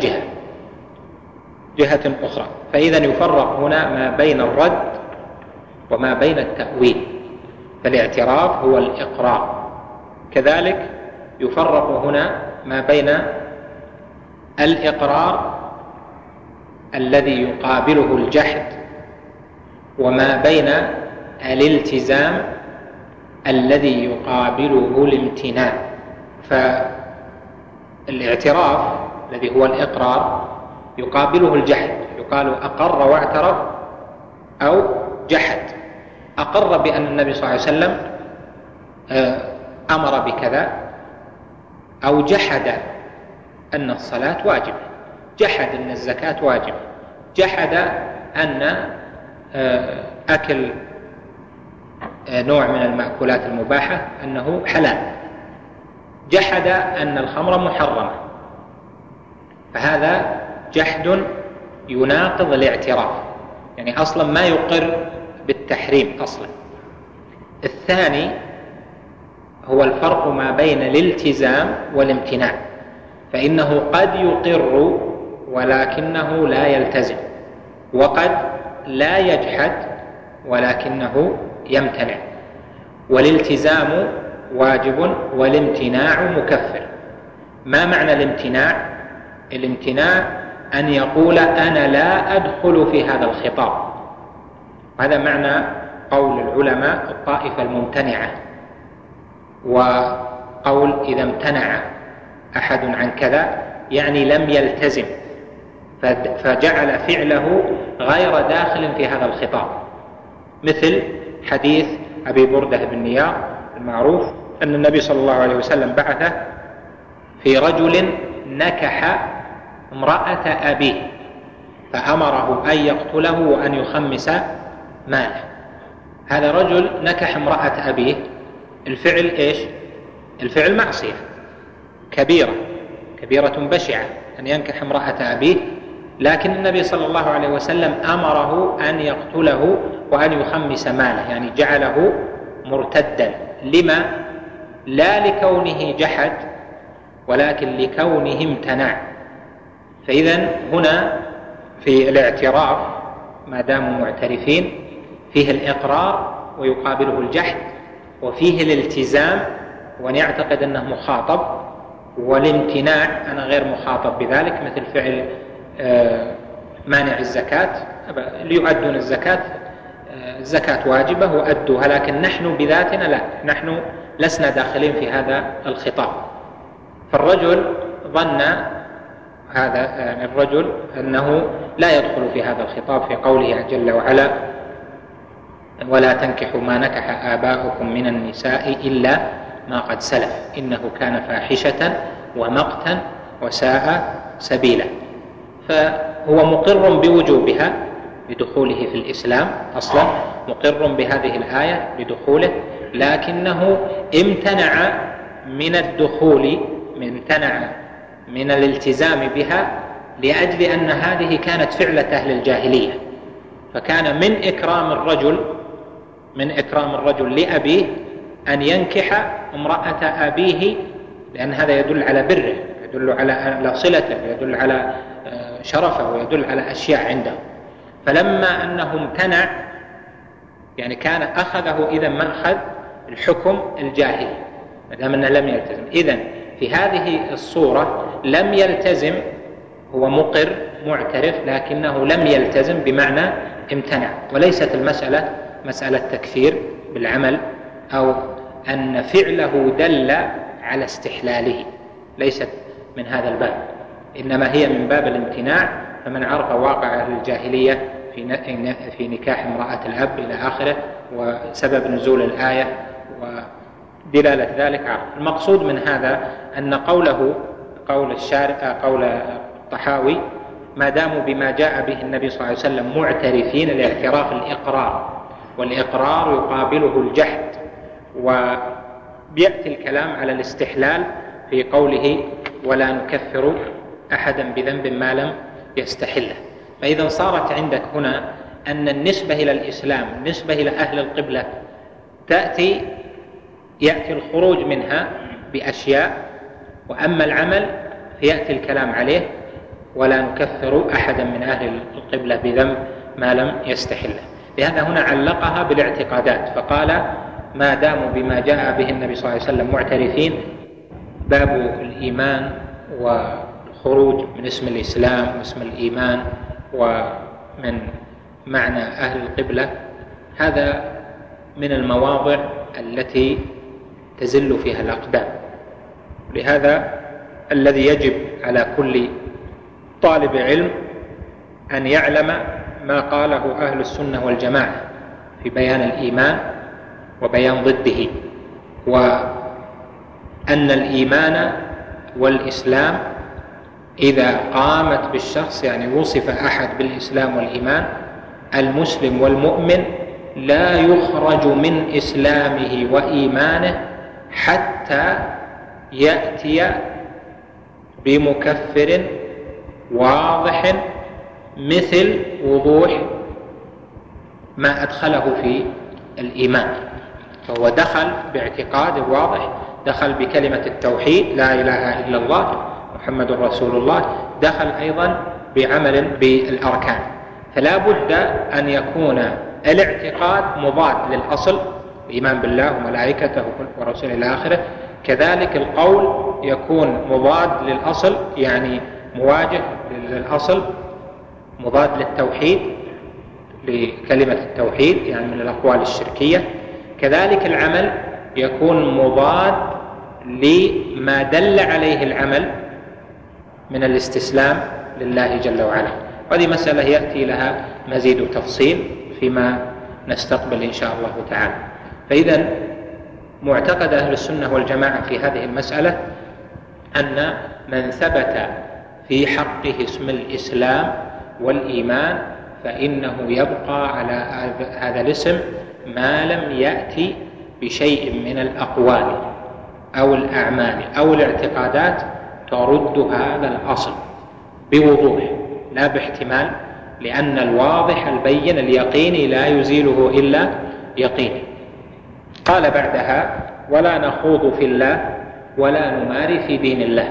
جهة أخرى. فإذا يفرق هنا ما بين الرد وما بين التأويل، فالاعتراف هو الإقرار. كذلك يفرق هنا ما بين الإقرار الذي يقابله الجحد وما بين الالتزام الذي يقابله الامتناع. فالاعتراف الذي هو الإقرار يقابله الجحد، يقال أقر واعترف أو جحد. أقر بأن النبي صلى الله عليه وسلم أمر بكذا، أو جحد أن الصلاة واجبة، جحد أن الزكاة واجبة، جحد أن أكل نوع من المأكولات المباحة أنه حلال، جحد أن الخمر محرمة. فهذا جحد يناقض الاعتراف، يعني أصلا ما يقر بالتحريم أصلا. الثاني هو الفرق ما بين الالتزام والامتناع، فإنه قد يقر ولكنه لا يلتزم، وقد لا يجحد ولكنه يمتنع. والالتزام واجب والامتناع مكفر. ما معنى الامتناع؟ الامتناع أن يقول أنا لا أدخل في هذا الخطاب. هذا معنى قول العلماء الطائفة الممتنعة، وقول إذا امتنع أحد عن كذا يعني لم يلتزم، فجعل فعله غير داخل في هذا الخطاب. مثل حديث أبي بردة بن نيار المعروف أن النبي صلى الله عليه وسلم بعث في رجل نكح امرأة أبيه فأمره أن يقتله وأن يخمس ماله. هذا رجل نكح امرأة أبيه، الفعل إيش؟ الفعل معصية كبيرة بشعة أن ينكح امرأة أبيه، لكن النبي صلى الله عليه وسلم أمره أن يقتله وأن يخمس ماله، يعني جعله مرتدا. لما؟ لا لكونه جحد ولكن لكونه امتنع. فإذا هنا في الاعتراف ما داموا معترفين فيه الإقرار ويقابله الجحد، وفيه الالتزام وأن يعتقد أنه مخاطب، والامتناع أنا غير مخاطب بذلك، مثل فعل مانع الزكاة، ليؤدون الزكاة، الزكاة واجبة وأدوها، لكن نحن بذاتنا لا، نحن لسنا داخلين في هذا الخطاب. فالرجل ظن هذا الرجل أنه لا يدخل في هذا الخطاب في قوله جل وعلا ولا تنكحوا ما نكح آباؤكم من النساء إلا ما قد سلف إنه كان فاحشة ومقتا وساء سبيلا. فهو مقر بوجوبها لدخوله في الإسلام أصلا، مقر بهذه الآية لدخوله، لكنه امتنع من الدخول، امتنع من الالتزام بها لأجل أن هذه كانت فعلة أهل الجاهلية. فكان من إكرام الرجل لأبيه أن ينكح امرأة أبيه، لأن هذا يدل على بره، يدل على صلته، يدل على شرفه، ويدل على أشياء عنده. فلما أنه امتنع يعني كان أخذه إذا مأخذ الحكم الجاهلي ما دام أنه لم يلتزم. إذن في هذه الصورة لم يلتزم، هو مقر معترف لكنه لم يلتزم، بمعنى امتنع. وليست المسألة مسألة تكفير بالعمل أو أن فعله دل على استحلاله، ليست من هذا الباب، إنما هي من باب الامتناع. فمن عرف واقع أهل الجاهلية في نكاح امرأة الأب إلى آخره وسبب نزول الآية ودلالة ذلك عرف. المقصود من هذا أن قول الطحاوي ما داموا بما جاء به النبي صلى الله عليه وسلم معترفين، الاعتراف الإقرار، والإقرار يقابله الجحد، ويأتي الكلام على الاستحلال في قوله ولا نكفر أحدا بذنب ما لم يستحله. فإذا صارت عندك هنا أن النسبة إلى الإسلام النسبة إلى أهل القبلة يأتي الخروج منها بأشياء، وأما العمل فيأتي الكلام عليه ولا نكفر أحدا من أهل القبلة بذنب ما لم يستحله. لهذا هنا علقها بالاعتقادات فقال ما داموا بما جاء به النبي صلى الله عليه وسلم معترفين. باب الإيمان والخروج من اسم الإسلام واسم الإيمان ومن معنى أهل القبلة، هذا من المواضع التي تزل فيها الأقدام. لهذا الذي يجب على كل طالب علم أن يعلم ما قاله أهل السنة والجماعة في بيان الإيمان وبيان ضده، وأن الإيمان والإسلام إذا قامت بالشخص، يعني وصف أحد بالإسلام والإيمان، المسلم والمؤمن لا يخرج من إسلامه وإيمانه حتى يأتي بمكفر واضح مثل وضوح ما أدخله في الإيمان. فهو دخل باعتقاد واضح، دخل بكلمة التوحيد لا إله إلا الله محمد رسول الله، دخل أيضا بعمل بالأركان. فلا بد أن يكون الاعتقاد مضاد للأصل، الإيمان بالله وملائكته ورسوله إلى آخره. كذلك القول يكون مضاد للأصل، يعني مواجه للأصل، مضاد للتوحيد، لكلمة التوحيد، يعني من الأقوال الشركية. كذلك العمل يكون مضاد لما دل عليه العمل من الاستسلام لله جل وعلا. وهذه مسألة يأتي لها مزيد تفصيل فيما نستقبل إن شاء الله تعالى. فإذا معتقد أهل السنة والجماعة في هذه المسألة أن من ثبت في حقه اسم الإسلام والإيمان فإنه يبقى على هذا الاسم ما لم يأتي بشيء من الأقوال أو الأعمال أو الاعتقادات ترد هذا الأصل بوضوح لا باحتمال، لأن الواضح البين اليقيني لا يزيله إلا يقين. قال بعدها ولا نخوض في الله ولا نماري في دين الله.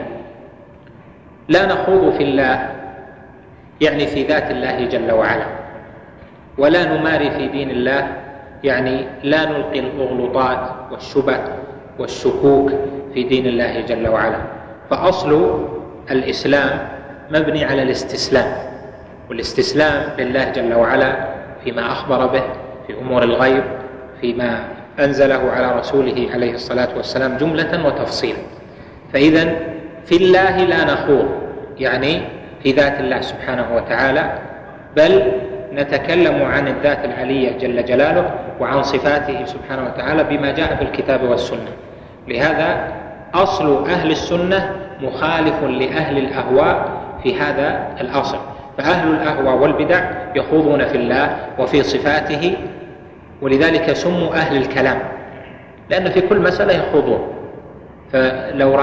لا نخوض في الله يعني في ذات الله جل وعلا، ولا نماري في دين الله يعني لا نلقي الأغلطات والشبه والشكوك في دين الله جل وعلا. فأصل الإسلام مبني على الاستسلام، والاستسلام لله جل وعلا فيما أخبر به في أمور الغيب، فيما أنزله على رسوله عليه الصلاة والسلام جملة وتفصيلا. فإذا في الله لا نخوض يعني في ذات الله سبحانه وتعالى، بل نتكلم عن الذات العلية جل جلاله وعن صفاته سبحانه وتعالى بما جاء في الكتاب والسنة. لهذا أصل أهل السنة مخالف لأهل الأهواء في هذا الأصل. فأهل الأهواء والبدع يخوضون في الله وفي صفاته، ولذلك سموا أهل الكلام، لأن في كل مسألة يخوضون. فلو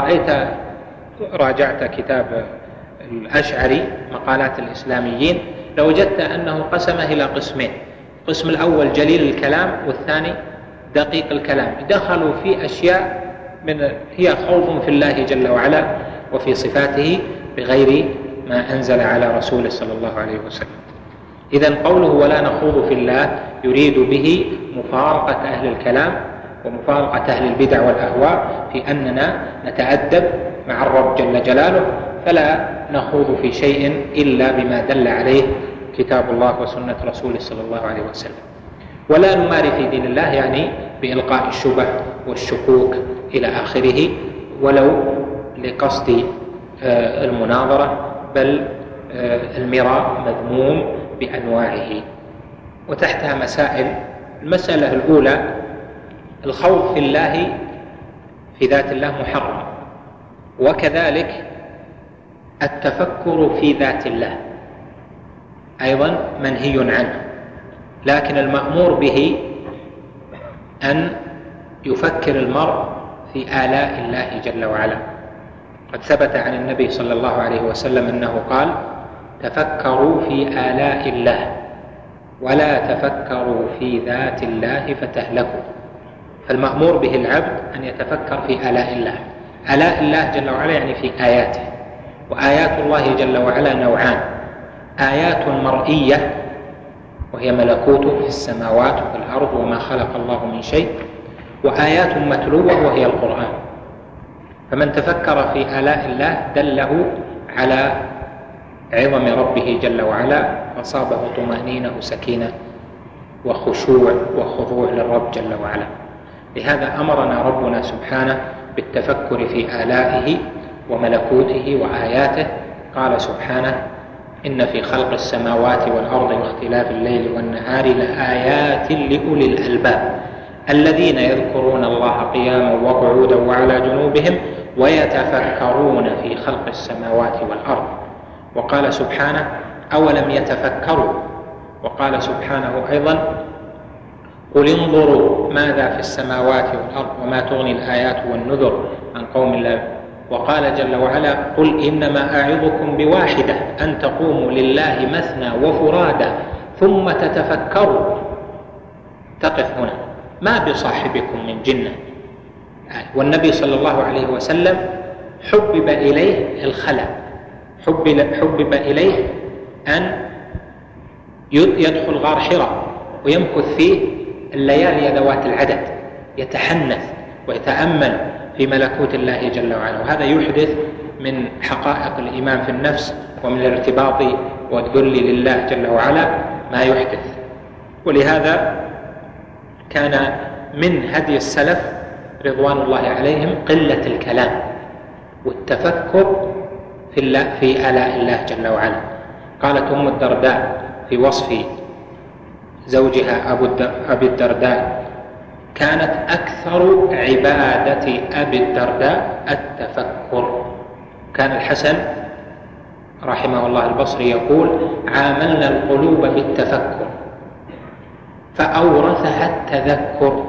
راجعت كتاب الأشعري مقالات الإسلاميين لوجدت أنه قسمه إلى قسمين: القسم الأول جليل الكلام، والثاني دقيق الكلام. دخلوا في أشياء هي خوض في الله جل وعلا وفي صفاته بغير ما أنزل على رسوله صلى الله عليه وسلم. إذن قوله ولا نخوض في الله يريد به مفارقة أهل الكلام ومفارقة أهل البدع والأهواء في أننا نتأدب مع الرب جل جلاله، فلا نخوض في شيء إلا بما دل عليه كتاب الله وسنة رسوله صلى الله عليه وسلم. ولا نماري في دين الله يعني بإلقاء الشبه والشكوك إلى آخره، ولو لقصد المناظرة، بل المراء مذموم بأنواعه. وتحتها مسائل. المسألة الأولى: الخوض في الله في ذات الله محرم، وكذلك التفكر في ذات الله أيضا منهي عنه، لكن المأمور به أن يفكر المرء في آلاء الله جل وعلا. قد ثبت عن النبي صلى الله عليه وسلم أنه قال: تفكروا في آلاء الله ولا تفكروا في ذات الله فتهلكوا. فالمأمور به العبد أن يتفكر في آلاء الله. آلاء الله جل وعلا يعني في آياته، وآيات الله جل وعلا نوعان: آيات مرئية وهي ملكوته في السماوات وفي الأرض وما خلق الله من شيء، وآيات متلوة وهي القرآن. فمن تفكر في آلاء الله دله على عظم ربه جل وعلا، فأصابه طمأنينة وسكينة وخشوع وخضوع للرب جل وعلا. لهذا أمرنا ربنا سبحانه بالتفكر في آلائه وملكوته وآياته. قال سبحانه: إن في خلق السماوات والأرض واختلاف الليل والنهار لآيات لأولي الألباب الذين يذكرون الله قياما وقعودا وعلى جنوبهم ويتفكرون في خلق السماوات والأرض. وقال سبحانه: أولم يتفكروا. وقال سبحانه أيضا: قل انظروا ماذا في السماوات والأرض وما تغني الآيات والنذر عن قوم لا. وقال جل وعلا: قل إنما أعظكم بواحدة أن تقوموا لله مثنى وفرادا ثم تتفكروا. تقف هنا، ما بصاحبكم من جنة. والنبي صلى الله عليه وسلم حبب إليه الخلع، حبب إليه أن يدخل غار حراء ويمكث فيه الليالي ذوات العدد، يتحنث ويتأمل في ملكوت الله جل وعلا. وهذا يحدث من حقائق الإيمان في النفس ومن الارتباط والذل لله جل وعلا ما يحدث. ولهذا كان من هدي السلف رضوان الله عليهم قلة الكلام والتفكر في آلاء الله جل وعلا. قالت أم الدرداء في وصف زوجها أبي الدرداء: كانت أكثر عبادة أبي الدرداء التفكر. كان الحسن رحمه الله البصري يقول: عاملنا القلوب بالتفكر فأورثها التذكر،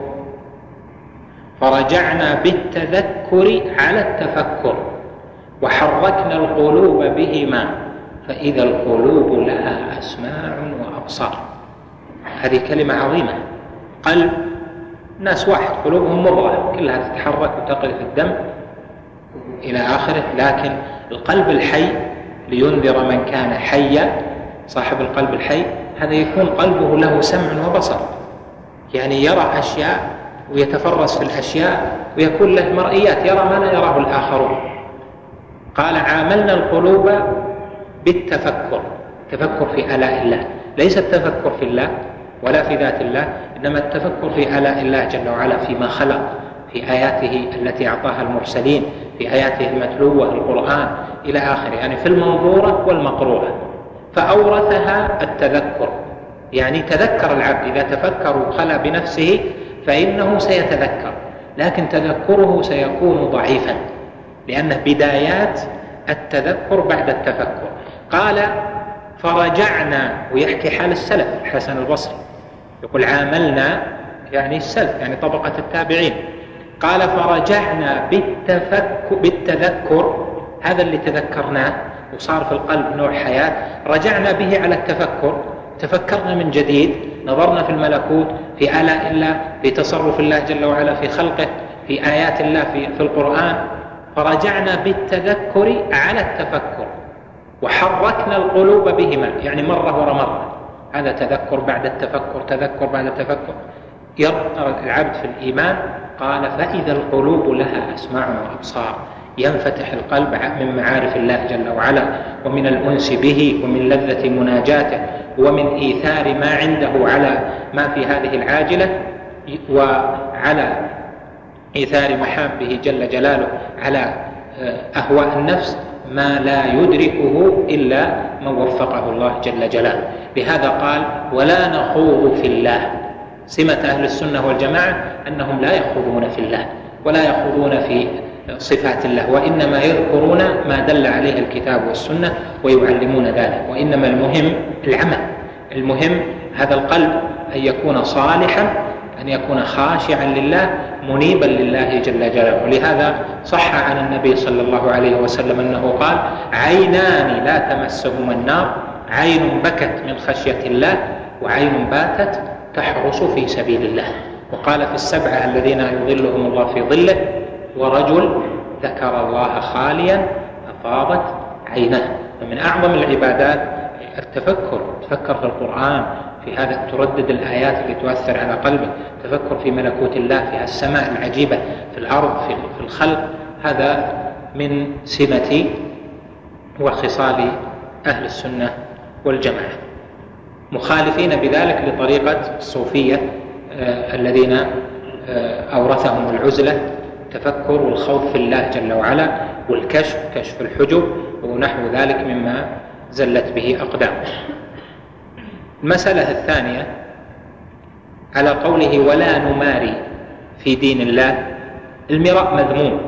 فرجعنا بالتذكر على التفكر، وحركنا القلوب بهما فإذا القلوب لها أسماع وأبصار. هذه كلمة عظيمة. قلب ناس واحد، قلوبهم مضغة كلها تتحرك وتقذف الدم إلى آخره، لكن القلب الحي لينذر من كان حيا، صاحب القلب الحي هذا يكون قلبه له سمع وبصر، يعني يرى أشياء ويتفرس في الأشياء ويكون له مرئيات، يرى ما لا يراه الآخرون. قال: عاملنا القلوب بالتفكر، تفكر في آلاء الله، ليس التفكر في الله ولا في ذات الله، إنما التفكر في آلاء الله جل وعلا فيما خلق، في آياته التي أعطاها المرسلين، في آياته المتلوة القرآن إلى آخره، يعني في المنظورة والمقروءة. فأورثها التذكر، يعني تذكر العبد إذا تفكر وخلى بنفسه فإنه سيتذكر، لكن تذكره سيكون ضعيفا لأنه بدايات التذكر بعد التفكر. قال: فرجعنا، ويحكي حال السلف الحسن البصري يقول: عاملنا يعني السلف، يعني طبقة التابعين. قال: فرجعنا بالتذكر، هذا اللي تذكرناه وصار في القلب نوع حياة، رجعنا به على التفكر، تفكرنا من جديد، نظرنا في الملكوت، في آلاء الله، في تصرف الله جل وعلا في خلقه، في آيات الله في القرآن. فرجعنا بالتذكر على التفكر وحركنا القلوب بهما، يعني مرة ورا مرة، هذا تذكر بعد التفكر، تذكر بعد التفكر. يرى العبد في الإيمان. قال: فإذا القلوب لها أسماع وأبصار، ينفتح القلب من معارف الله جل وعلا ومن الأنس به ومن لذة مناجاته ومن إيثار ما عنده على ما في هذه العاجلة، وعلى إيثار محابه جل جلاله على أهواء النفس، ما لا يدركه إلا من وفقه الله جل جلاله. لهذا قال: ولا نخوض في الله. سمة أهل السنة والجماعة أنهم لا يخوضون في الله ولا يخوضون في صفات الله، وإنما يذكرون ما دل عليه الكتاب والسنة ويعلمون ذلك. وإنما المهم العمل، المهم هذا القلب أن يكون صالحا، أن يكون خاشعا لله، منيبا لله جل جلاله. ولهذا صح عن النبي صلى الله عليه وسلم أنه قال: عينان لا تمسهما النار، عين بكت من خشية الله، وعين باتت تحرس في سبيل الله. وقال في السبعة الذين يظلهم الله في ظله: ورجل ذكر الله خاليا ففاضت عيناه. فمن أعظم العبادات التفكر، تفكر في القرآن، في هذا تردد الآيات اللي تؤثر على قلبك، تفكر في ملكوت الله، في السماء العجيبة، في الأرض، في الخلق. هذا من سمة وخصال أهل السنة والجماعة، مخالفين بذلك لطريقة الصوفية الذين أورثهم العزلة، التفكر والخوف في الله جل وعلا، والكشف، كشف الحجب ونحو ذلك مما زلت به أقدام. المسألة الثانية على قوله: ولا نماري في دين الله. المراء مذموم،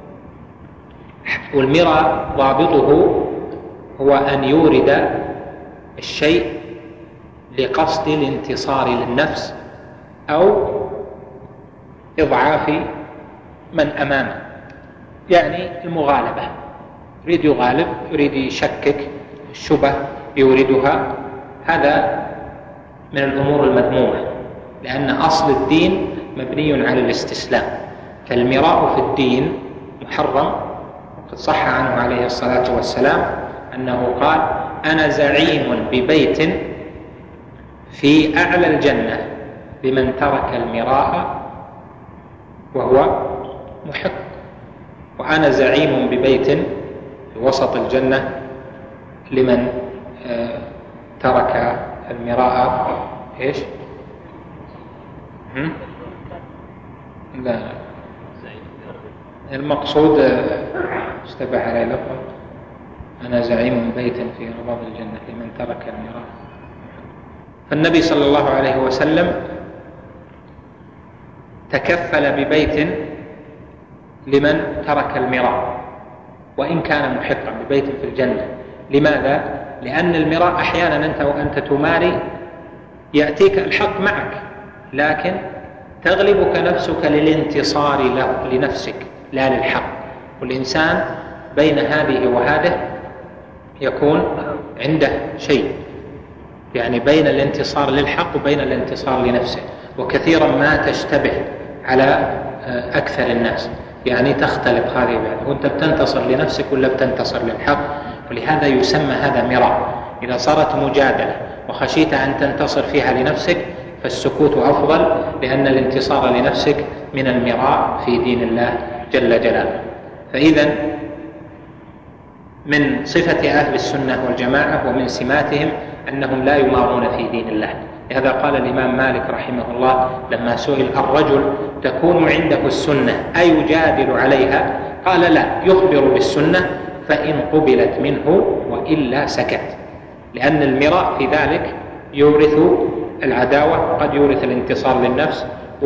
والمراء ضابطه هو أن يورد الشيء لقصد الانتصار للنفس أو إضعاف من أمامه، يعني المغالبة، يريد يغالب، يريد يشكك، الشبه يوردها. هذا من الأمور المذمومة، لأن أصل الدين مبني على الاستسلام، فالمراء في الدين محرم. وقد صح عنه عليه الصلاة والسلام أنه قال: أنا زعيم ببيت في أعلى الجنة لمن ترك المراء وهو محق، وأنا زعيم ببيت في وسط الجنة لمن ترك المراء. إيش؟ لا، المقصود اشتبه علي لفظ: أنا زعيم بيت في رباط الجنة لمن ترك المراء. فالنبي صلى الله عليه وسلم تكفل ببيت لمن ترك المراء وإن كان محقا، ببيت في الجنة. لماذا؟ لأن المراء أحيانا أنت وأنت تماري يأتيك الحق معك، لكن تغلبك نفسك للانتصار لنفسك لا للحق. والإنسان بين هذه وهذه يكون عنده شيء، يعني بين الانتصار للحق وبين الانتصار لنفسه. وكثيرا ما تشتبه على أكثر الناس، يعني تختلف هذه بعد، وأنت بتنتصر لنفسك ولا بتنتصر للحق. ولهذا يسمى هذا مراء. إذا صارت مجادلة وخشيت أن تنتصر فيها لنفسك فالسكوت أفضل، لأن الانتصار لنفسك من المراء في دين الله جل جلاله. فإذا من صفة أهل السنة والجماعة ومن سماتهم أنهم لا يمارون في دين الله. لهذا قال الإمام مالك رحمه الله لما سئل: الرجل تكون عنده السنة أيجادل عليها؟ قال: لا، يخبر بالسنة فإن قبلت منه وإلا سكت. لأن المراء في ذلك يورث العداوة، قد يورث الانتصار للنفس،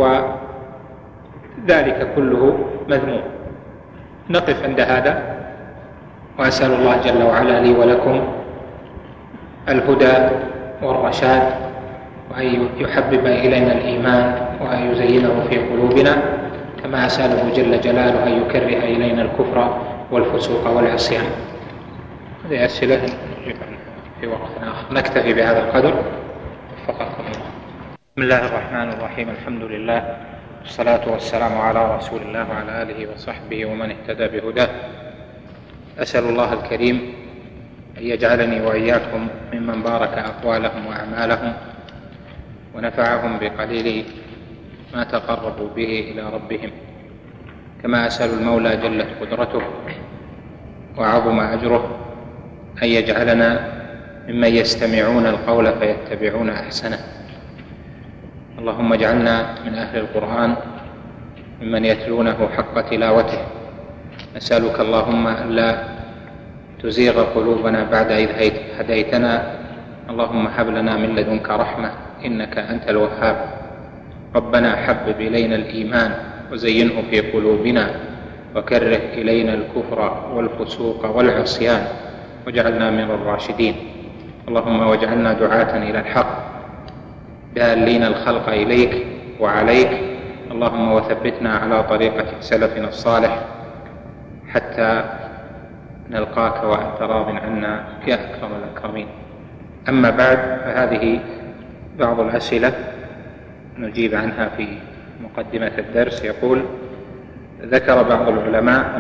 وذلك كله مذموم. نقف عند هذا، وأسأل الله جل وعلا لي ولكم الهدى والرشاد، وأن يحبب إلينا الإيمان وأن يزينه في قلوبنا، كما أسأله جل جلاله أن يكره إلينا الكفر والفسوق والعصيان. هذه أسئلة في وقت آخر، نكتفي بهذا القدر. وفقكم الله. بسم الله الرحمن الرحيم. الحمد لله والصلاة والسلام على رسول الله وعلى آله وصحبه ومن اهتدى بهداه. أسأل الله الكريم أن يجعلني وإياكم ممن بارك أقوالهم وأعمالهم ونفعهم بقليل ما تقربوا به إلى ربهم، كما أسأل المولى جلت قدرته وعظم أجره أن يجعلنا ممن يستمعون القول فيتبعون أحسنه. اللهم اجعلنا من أهل القرآن ممن يتلونه حق تلاوته. نسألك اللهم ألا تزيغ قلوبنا بعد إذ هديتنا. اللهم هب لنا من لدنك رحمة إنك أنت الوهاب. ربنا حبب إلينا الإيمان وزينه في قلوبنا وكره إلينا الكفر والفسوق والعصيان واجعلنا من الراشدين. اللهم واجعلنا دعاة إلى الحق دالين الخلق إليك وعليك. اللهم وثبتنا على طريقة سلفنا الصالح حتى نلقاك وأنت راض عنا يا أكرم الأكرمين. أما بعد، فهذه بعض الأسئلة نجيب عنها في مقدمة الدرس. يقول: ذكر بعض العلماء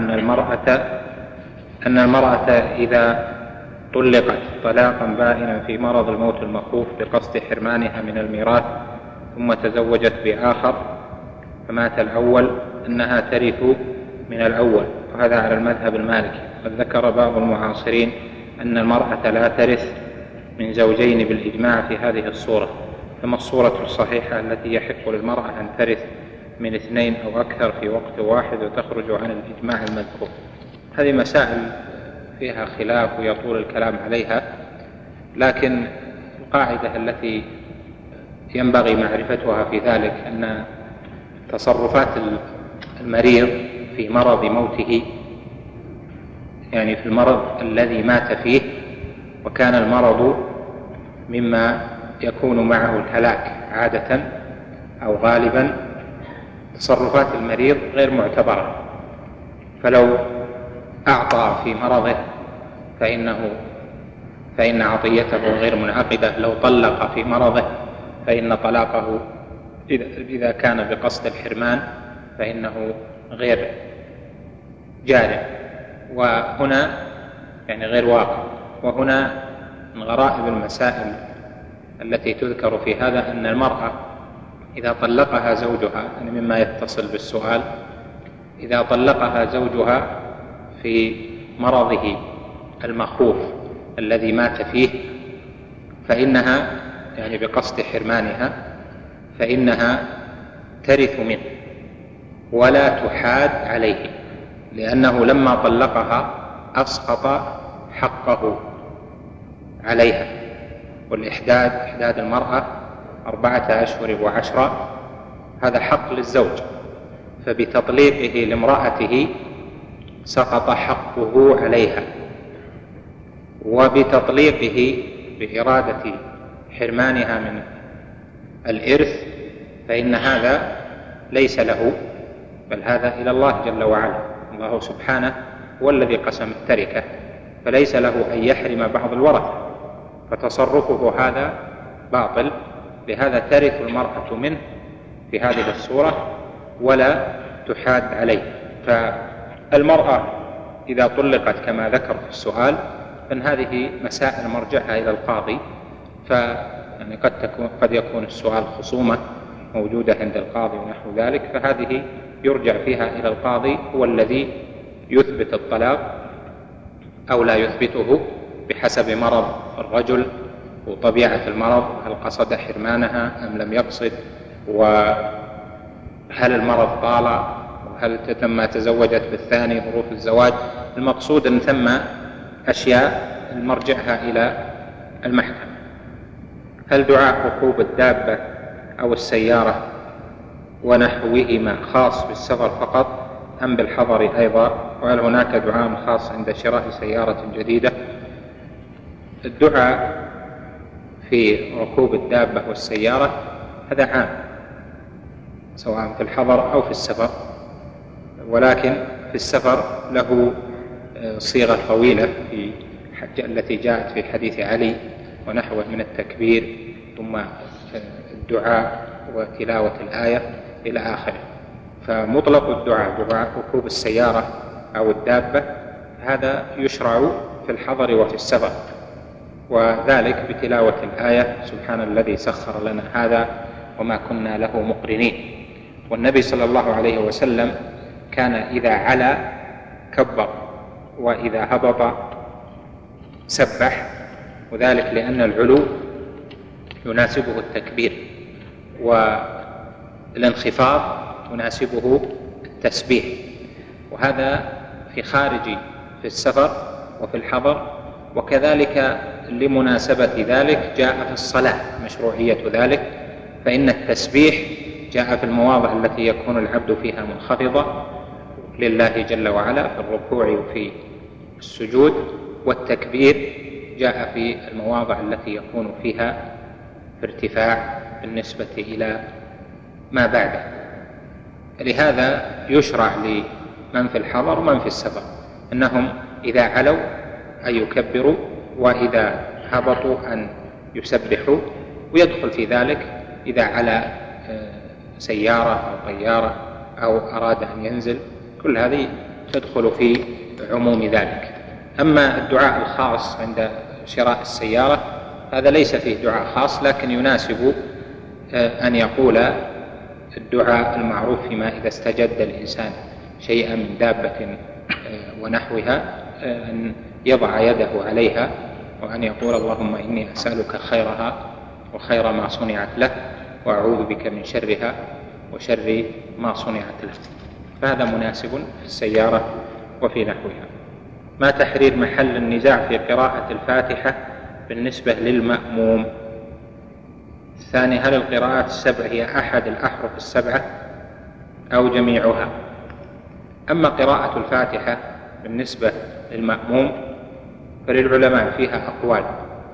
أن المرأة إذا طلقت طلاقا بائنا في مرض الموت المخوف بقصد حرمانها من الميراث ثم تزوجت بآخر فمات الأول أنها ترث من الأول، وهذا على المذهب المالكي. قد ذكر بعض المعاصرين أن المرأة لا ترث من زوجين بالإجماع في هذه الصورة، فما الصورة الصحيحة التي يحق للمرأة أن ترث من اثنين أو أكثر في وقت واحد وتخرج عن الإجماع المذكور؟ هذه مسائل فيها خلاف ويطول الكلام عليها، لكن القاعدة التي ينبغي معرفتها في ذلك أن تصرفات المريض في مرض موته، يعني في المرض الذي مات فيه وكان المرض مما يكون معه الهلاك عادة أو غالبا، تصرفات المريض غير معتبرة. فلو أعطى في مرضه فإن عطيته غير منعقدة. لو طلق في مرضه فإن طلاقه إذا كان بقصد الحرمان فإنه غير جار، وهنا يعني غير واقع. وهنا من غرائب المسائل التي تذكر في هذا أن المرأة إذا طلقها زوجها، يعني مما يتصل بالسؤال، إذا طلقها زوجها في مرضه المخوف الذي مات فيه فإنها يعني بقصد حرمانها فإنها ترث منه ولا تحاد عليه، لأنه لما طلقها أسقط حقه عليها. والإحداد المرأة 4 أشهر و10، هذا حق للزوج، فبتطليقه لامرأته سقط حقه عليها، وبتطليقه بإرادة حرمانها من الإرث فإن هذا ليس له، بل هذا إلى الله جل وعلا. الله سبحانه هو الذي قسم التركة، فليس له أن يحرم بعض الورثة، فتصرفه هذا باطل. لهذا ترث المرأة منه في هذه الصورة ولا تحاد عليه. فالمرأة إذا طلقت كما ذكر في السؤال فإن هذه مسائل مرجعها إلى القاضي، يعني قد يكون السؤال خصومة موجودة عند القاضي ونحو ذلك، فهذه يرجع فيها إلى القاضي، هو الذي يثبت الطلاق أو لا يثبته بحسب مرض الرجل وطبيعة المرض، هل قصد حرمانها أم لم يقصد، وهل المرض طال، وهل لما تزوجت بالثاني ظروف الزواج. المقصود أن ثم أشياء مرجعها إلى المحكمة. هل دعاء ركوب الدابة أو السيارة ونحوهما خاص بالسفر فقط أم بالحضر أيضا؟ وهل هناك دعاء خاص عند شراء سيارة جديدة؟ الدعاء في ركوب الدابة والسيارة هذا عام، سواء في الحضر أو في السفر، ولكن في السفر له صيغة طويلة التي جاءت في حديث علي ونحوه من التكبير ثم الدعاء وتلاوة الآية إلى آخره. فمطلق الدعاء دعاء ركوب السيارة أو الدابة هذا يشرع في الحضر وفي السفر، وذلك بتلاوة الآية سبحان الذي سخر لنا هذا وما كنا له مقرنين. والنبي صلى الله عليه وسلم كان إذا علا كبر وإذا هبط سبح، وذلك لأن العلو يناسبه التكبير، والانخفاض يناسبه التسبيح، وهذا في السفر وفي الحضر. وكذلك لمناسبة ذلك جاء في الصلاة مشروعية ذلك، فإن التسبيح جاء في المواضع التي يكون العبد فيها منخفضا لله جل وعلا في الركوع وفي السجود، والتكبير جاء في المواضع التي يكون فيها في ارتفاع بالنسبة إلى ما بعده. لهذا يشرع لمن في الحضر ومن في السفر أنهم إذا علوا أن يكبروا، وإذا هبطوا أن يسبحوا، ويدخل في ذلك إذا على سيارة أو طيارة أو أراد أن ينزل، كل هذه تدخل في عموم ذلك. أما الدعاء الخاص عند شراء السيارة هذا ليس فيه دعاء خاص، لكن يناسب أن يقول الدعاء المعروف فيما إذا استجد الإنسان شيئا من دابة ونحوها، أن يضع يده عليها وأن يقول اللهم إني أسألك خيرها وخير ما صنعت له، وأعوذ بك من شرها وشر ما صنعت له. فهذا مناسب في السيارة وفي نحوها. ما تحرير محل النزاع في قراءة الفاتحة بالنسبة للمأموم؟ الثاني، هل القراءات السبع هي أحد الأحرف السبعة أو جميعها؟ أما قراءة الفاتحة بالنسبة للمأموم فللعلماء فيها أقوال.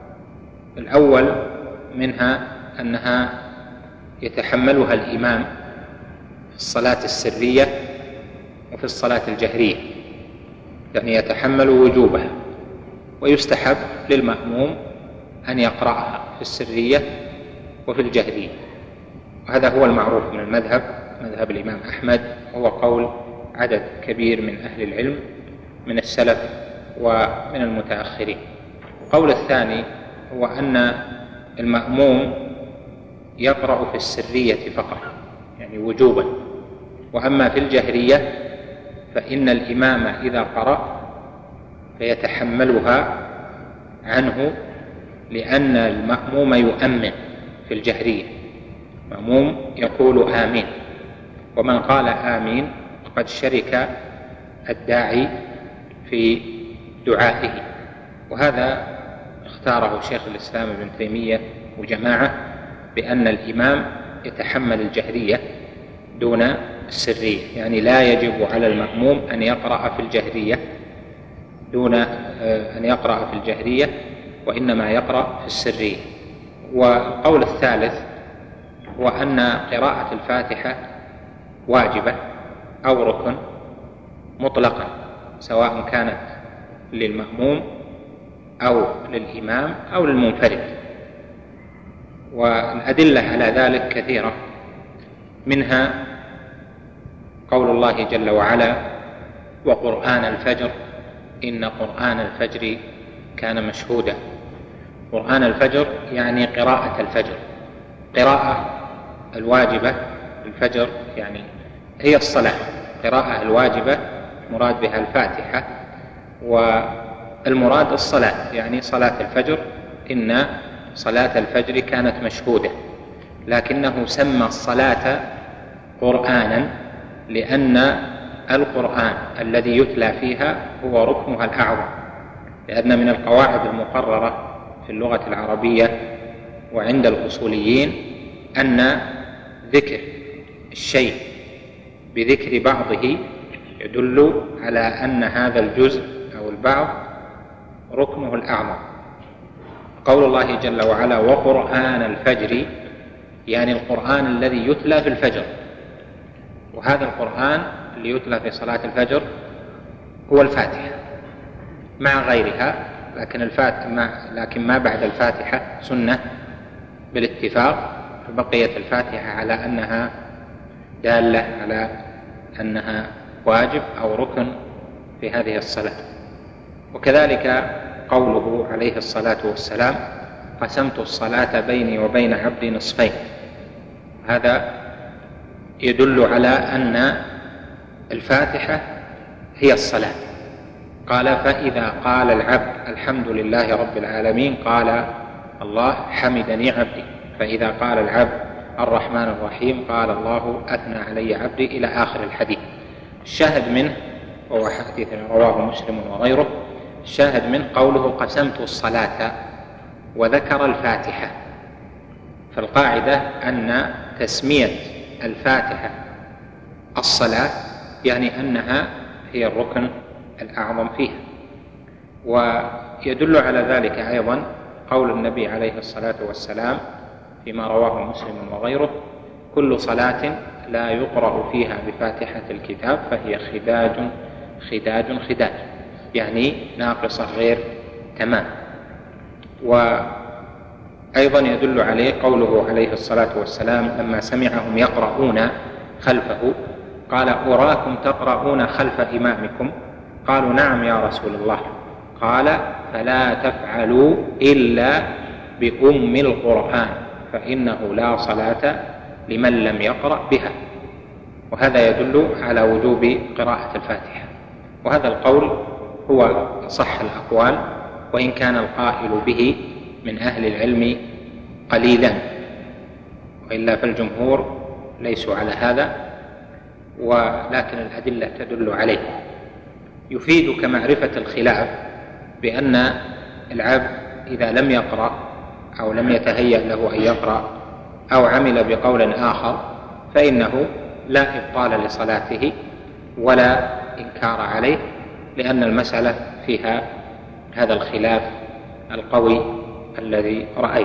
الأول منها أنها يتحملها الإمام في الصلاة السرية وفي الصلاة الجهرية، يعني يتحمل وجوبها، ويستحب للمأموم أن يقرأها في السرية وفي الجهرية. وهذا هو المعروف من المذهب، مذهب الإمام أحمد، وهو قول عدد كبير من أهل العلم من السلف ومن المتأخرين. القول الثاني هو أن المأموم يقرأ في السرية فقط، يعني وجوبا، وأما في الجهرية فإن الإمام إذا قرأ فيتحملها عنه، لأن المأموم يؤمن في الجهرية، المأموم يقول آمين، ومن قال آمين فقد شرك الداعي في دعائه. وهذا اختاره شيخ الإسلام ابن تيمية وجماعة، بأن الإمام يتحمل الجهرية دون السرية، يعني لا يجب على المأموم أن يقرأ في الجهرية دون أن يقرأ في الجهرية، وإنما يقرأ في السرية. والقول الثالث هو أن قراءة الفاتحة واجبة أو ركن مطلقا، سواء كانت للمأموم أو للإمام أو للمنفرد. والأدلة على ذلك كثيرة، منها قول الله جل وعلا وقرآن الفجر إن قرآن الفجر كان مشهودا. قرآن الفجر يعني قراءة الفجر، قراءة الواجبة الفجر يعني هي الصلاة، قراءة الواجبة مراد بها الفاتحة، والمراد الصلاة يعني صلاة الفجر. إن صلاة الفجر كانت مشهودة، لكنه سمى الصلاة قرآنا لأن القرآن الذي يتلى فيها هو ركنها الأعظم، لأن من القواعد المقررة في اللغة العربية وعند الأصوليين أن ذكر الشيء بذكر بعضه يدل على أن هذا الجزء أو البعض ركنه الأعظم. قول الله جل وعلا وقرآن الفجر يعني القرآن الذي يتلى في الفجر، وهذا القرآن اللي يتلى في صلاة الفجر هو الفاتحة مع غيرها، لكن ما بعد الفاتحة سنة بالاتفاق، فبقيت الفاتحة على أنها دالة على أنها واجب أو ركن في هذه الصلاة. وكذلك قوله عليه الصلاة والسلام قسمت الصلاة بيني وبين عبدي نصفين، هذا يدل على أن الفاتحة هي الصلاة. قال: فإذا قال العبد الحمد لله رب العالمين قال الله حمدني عبدي. فإذا قال العبد الرحمن الرحيم قال الله أثنى علي عبدي، إلى آخر الحديث. الشاهد منه، وهو حديث رواه مسلم وغيره، الشاهد منه قوله: قسمت الصلاة، وذكر الفاتحة. فالقاعدة أن تسمية الفاتحة الصلاة يعني أنها هي الركن الأعظم فيها. ويدل على ذلك أيضا قول النبي عليه الصلاة والسلام فيما رواه مسلم وغيره: كل صلاة لا يقرأ فيها بفاتحة الكتاب فهي خداج خداج خداج، يعني ناقصة غير تمام. وأيضا يدل عليه قوله عليه الصلاة والسلام لما سمعهم يقرؤون خلفه قال: أراكم تقرؤون خلف إمامكم. قالوا: نعم يا رسول الله. قال: فلا تفعلوا إلا بأم القرآن فإنه لا صلاة لمن لم يقرأ بها. وهذا يدل على وجوب قراءة الفاتحة، وهذا القول هو أصح الأقوال، وإن كان القائل به من أهل العلم قليلا، وإلا فالجمهور ليسوا على هذا، ولكن الأدلة تدل عليه. يفيدك معرفة الخلاف بأن العبد إذا لم يقرأ أو لم يتهيأ له أن يقرأ أو عمل بقول آخر فإنه لا إبطال لصلاته ولا إنكار عليه، لأن المسألة فيها هذا الخلاف القوي الذي رأيت.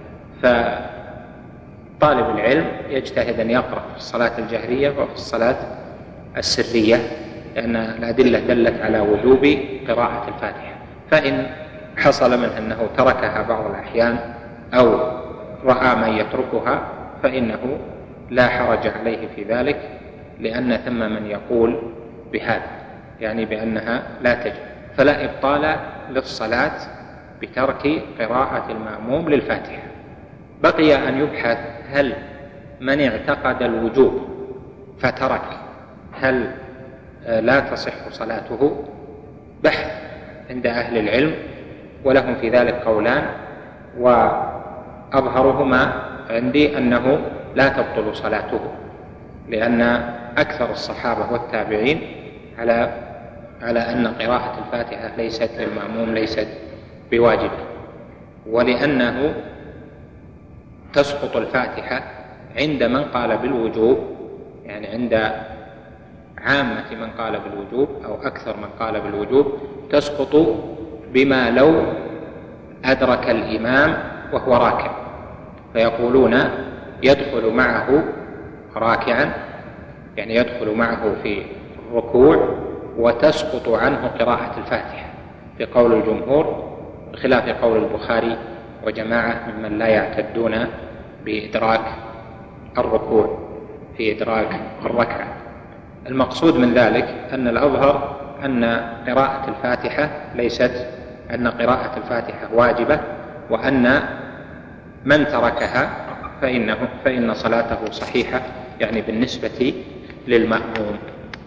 فطالب العلم يجتهد أن يقرأ في الصلاة الجهرية وفي الصلاة السرية، لأن الأدلة دلت على وجوب قراءة الفاتحة. فإن حصل منه أنه تركها بعض الأحيان أو رأى من يتركها فإنه لا حرج عليه في ذلك، لأن ثم من يقول بهذا، يعني بأنها لا تجب. فلا إبطال للصلاة بترك قراءة المأموم للفاتحة. بقي أن يبحث هل من اعتقد الوجوب فترك هل لا تصح صلاته؟ بحث عند أهل العلم ولهم في ذلك قولان، وأظهرهما عندي أنه لا تبطل صلاته، لأن أكثر الصحابة والتابعين على أن قراءة الفاتحة ليست للمأموم، ليست بواجبة، ولأنه تسقط الفاتحة عند من قال بالوجوب، يعني عند عامة من قال بالوجوب أو أكثر من قال بالوجوب، تسقط بما لو أدرك الإمام وهو راكع، فيقولون يدخل معه راكعا، يعني يدخل معه في الركوع وتسقط عنه قراءة الفاتحة في قول الجمهور، بخلاف قول البخاري وجماعة ممن لا يعتدون بإدراك الركوع في إدراك الركعة. المقصود من ذلك أن الأظهر أن قراءة الفاتحة واجبة، وأن من تركها فإن صلاته صحيحة، يعني بالنسبة للمأموم.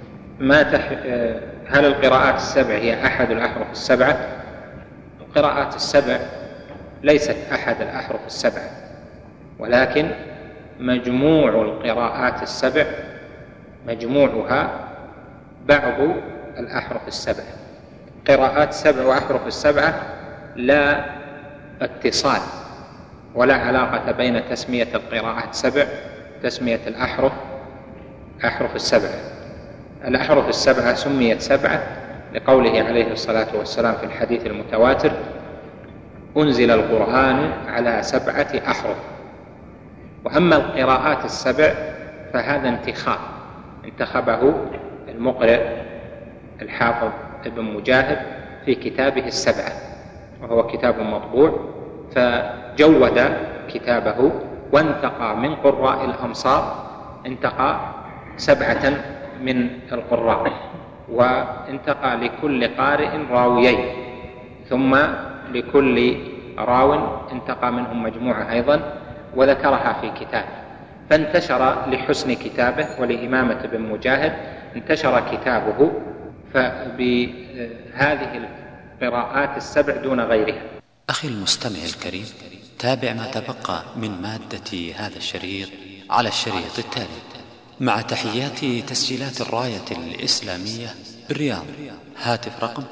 هل القراءات السبع هي أحد الأحرف السبعة؟ القراءات السبع ليست أحد الأحرف السبعة، ولكن مجموع القراءات السبع مجموعها بعض الأحرف السبع. قراءات سبع وأحرف السبعة لا اتصال ولا علاقة بين تسمية القراءات سبع تسمية أحرف السبعة. الأحرف السبعة سميت سبعة لقوله عليه الصلاة والسلام في الحديث المتواتر: أنزل القرآن على 7 أحرف. وأما القراءات السبع فهذا انتخبه المقرئ الحافظ ابن مجاهد في كتابه السبعة، وهو كتاب مطبوع، فجود كتابه وانتقى من قراء الأمصار، انتقى 7 من القراء، وانتقى لكل قارئ راويين، ثم لكل راو انتقى منهم مجموعة أيضا وذكرها في كتابه. فانتشر لحسن كتابه ولإمامة ابن مجاهد، انتشر كتابه فبهذه القراءات السبع دون غيرها. أخي المستمع الكريم، تابع ما تبقى من مادة هذا الشريط على الشريط التالي، مع تحيات تسجيلات الراية الإسلامية بالرياض. هاتف رقم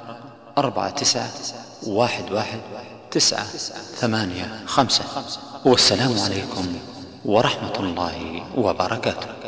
49111985. والسلام عليكم ورحمة الله وبركاته.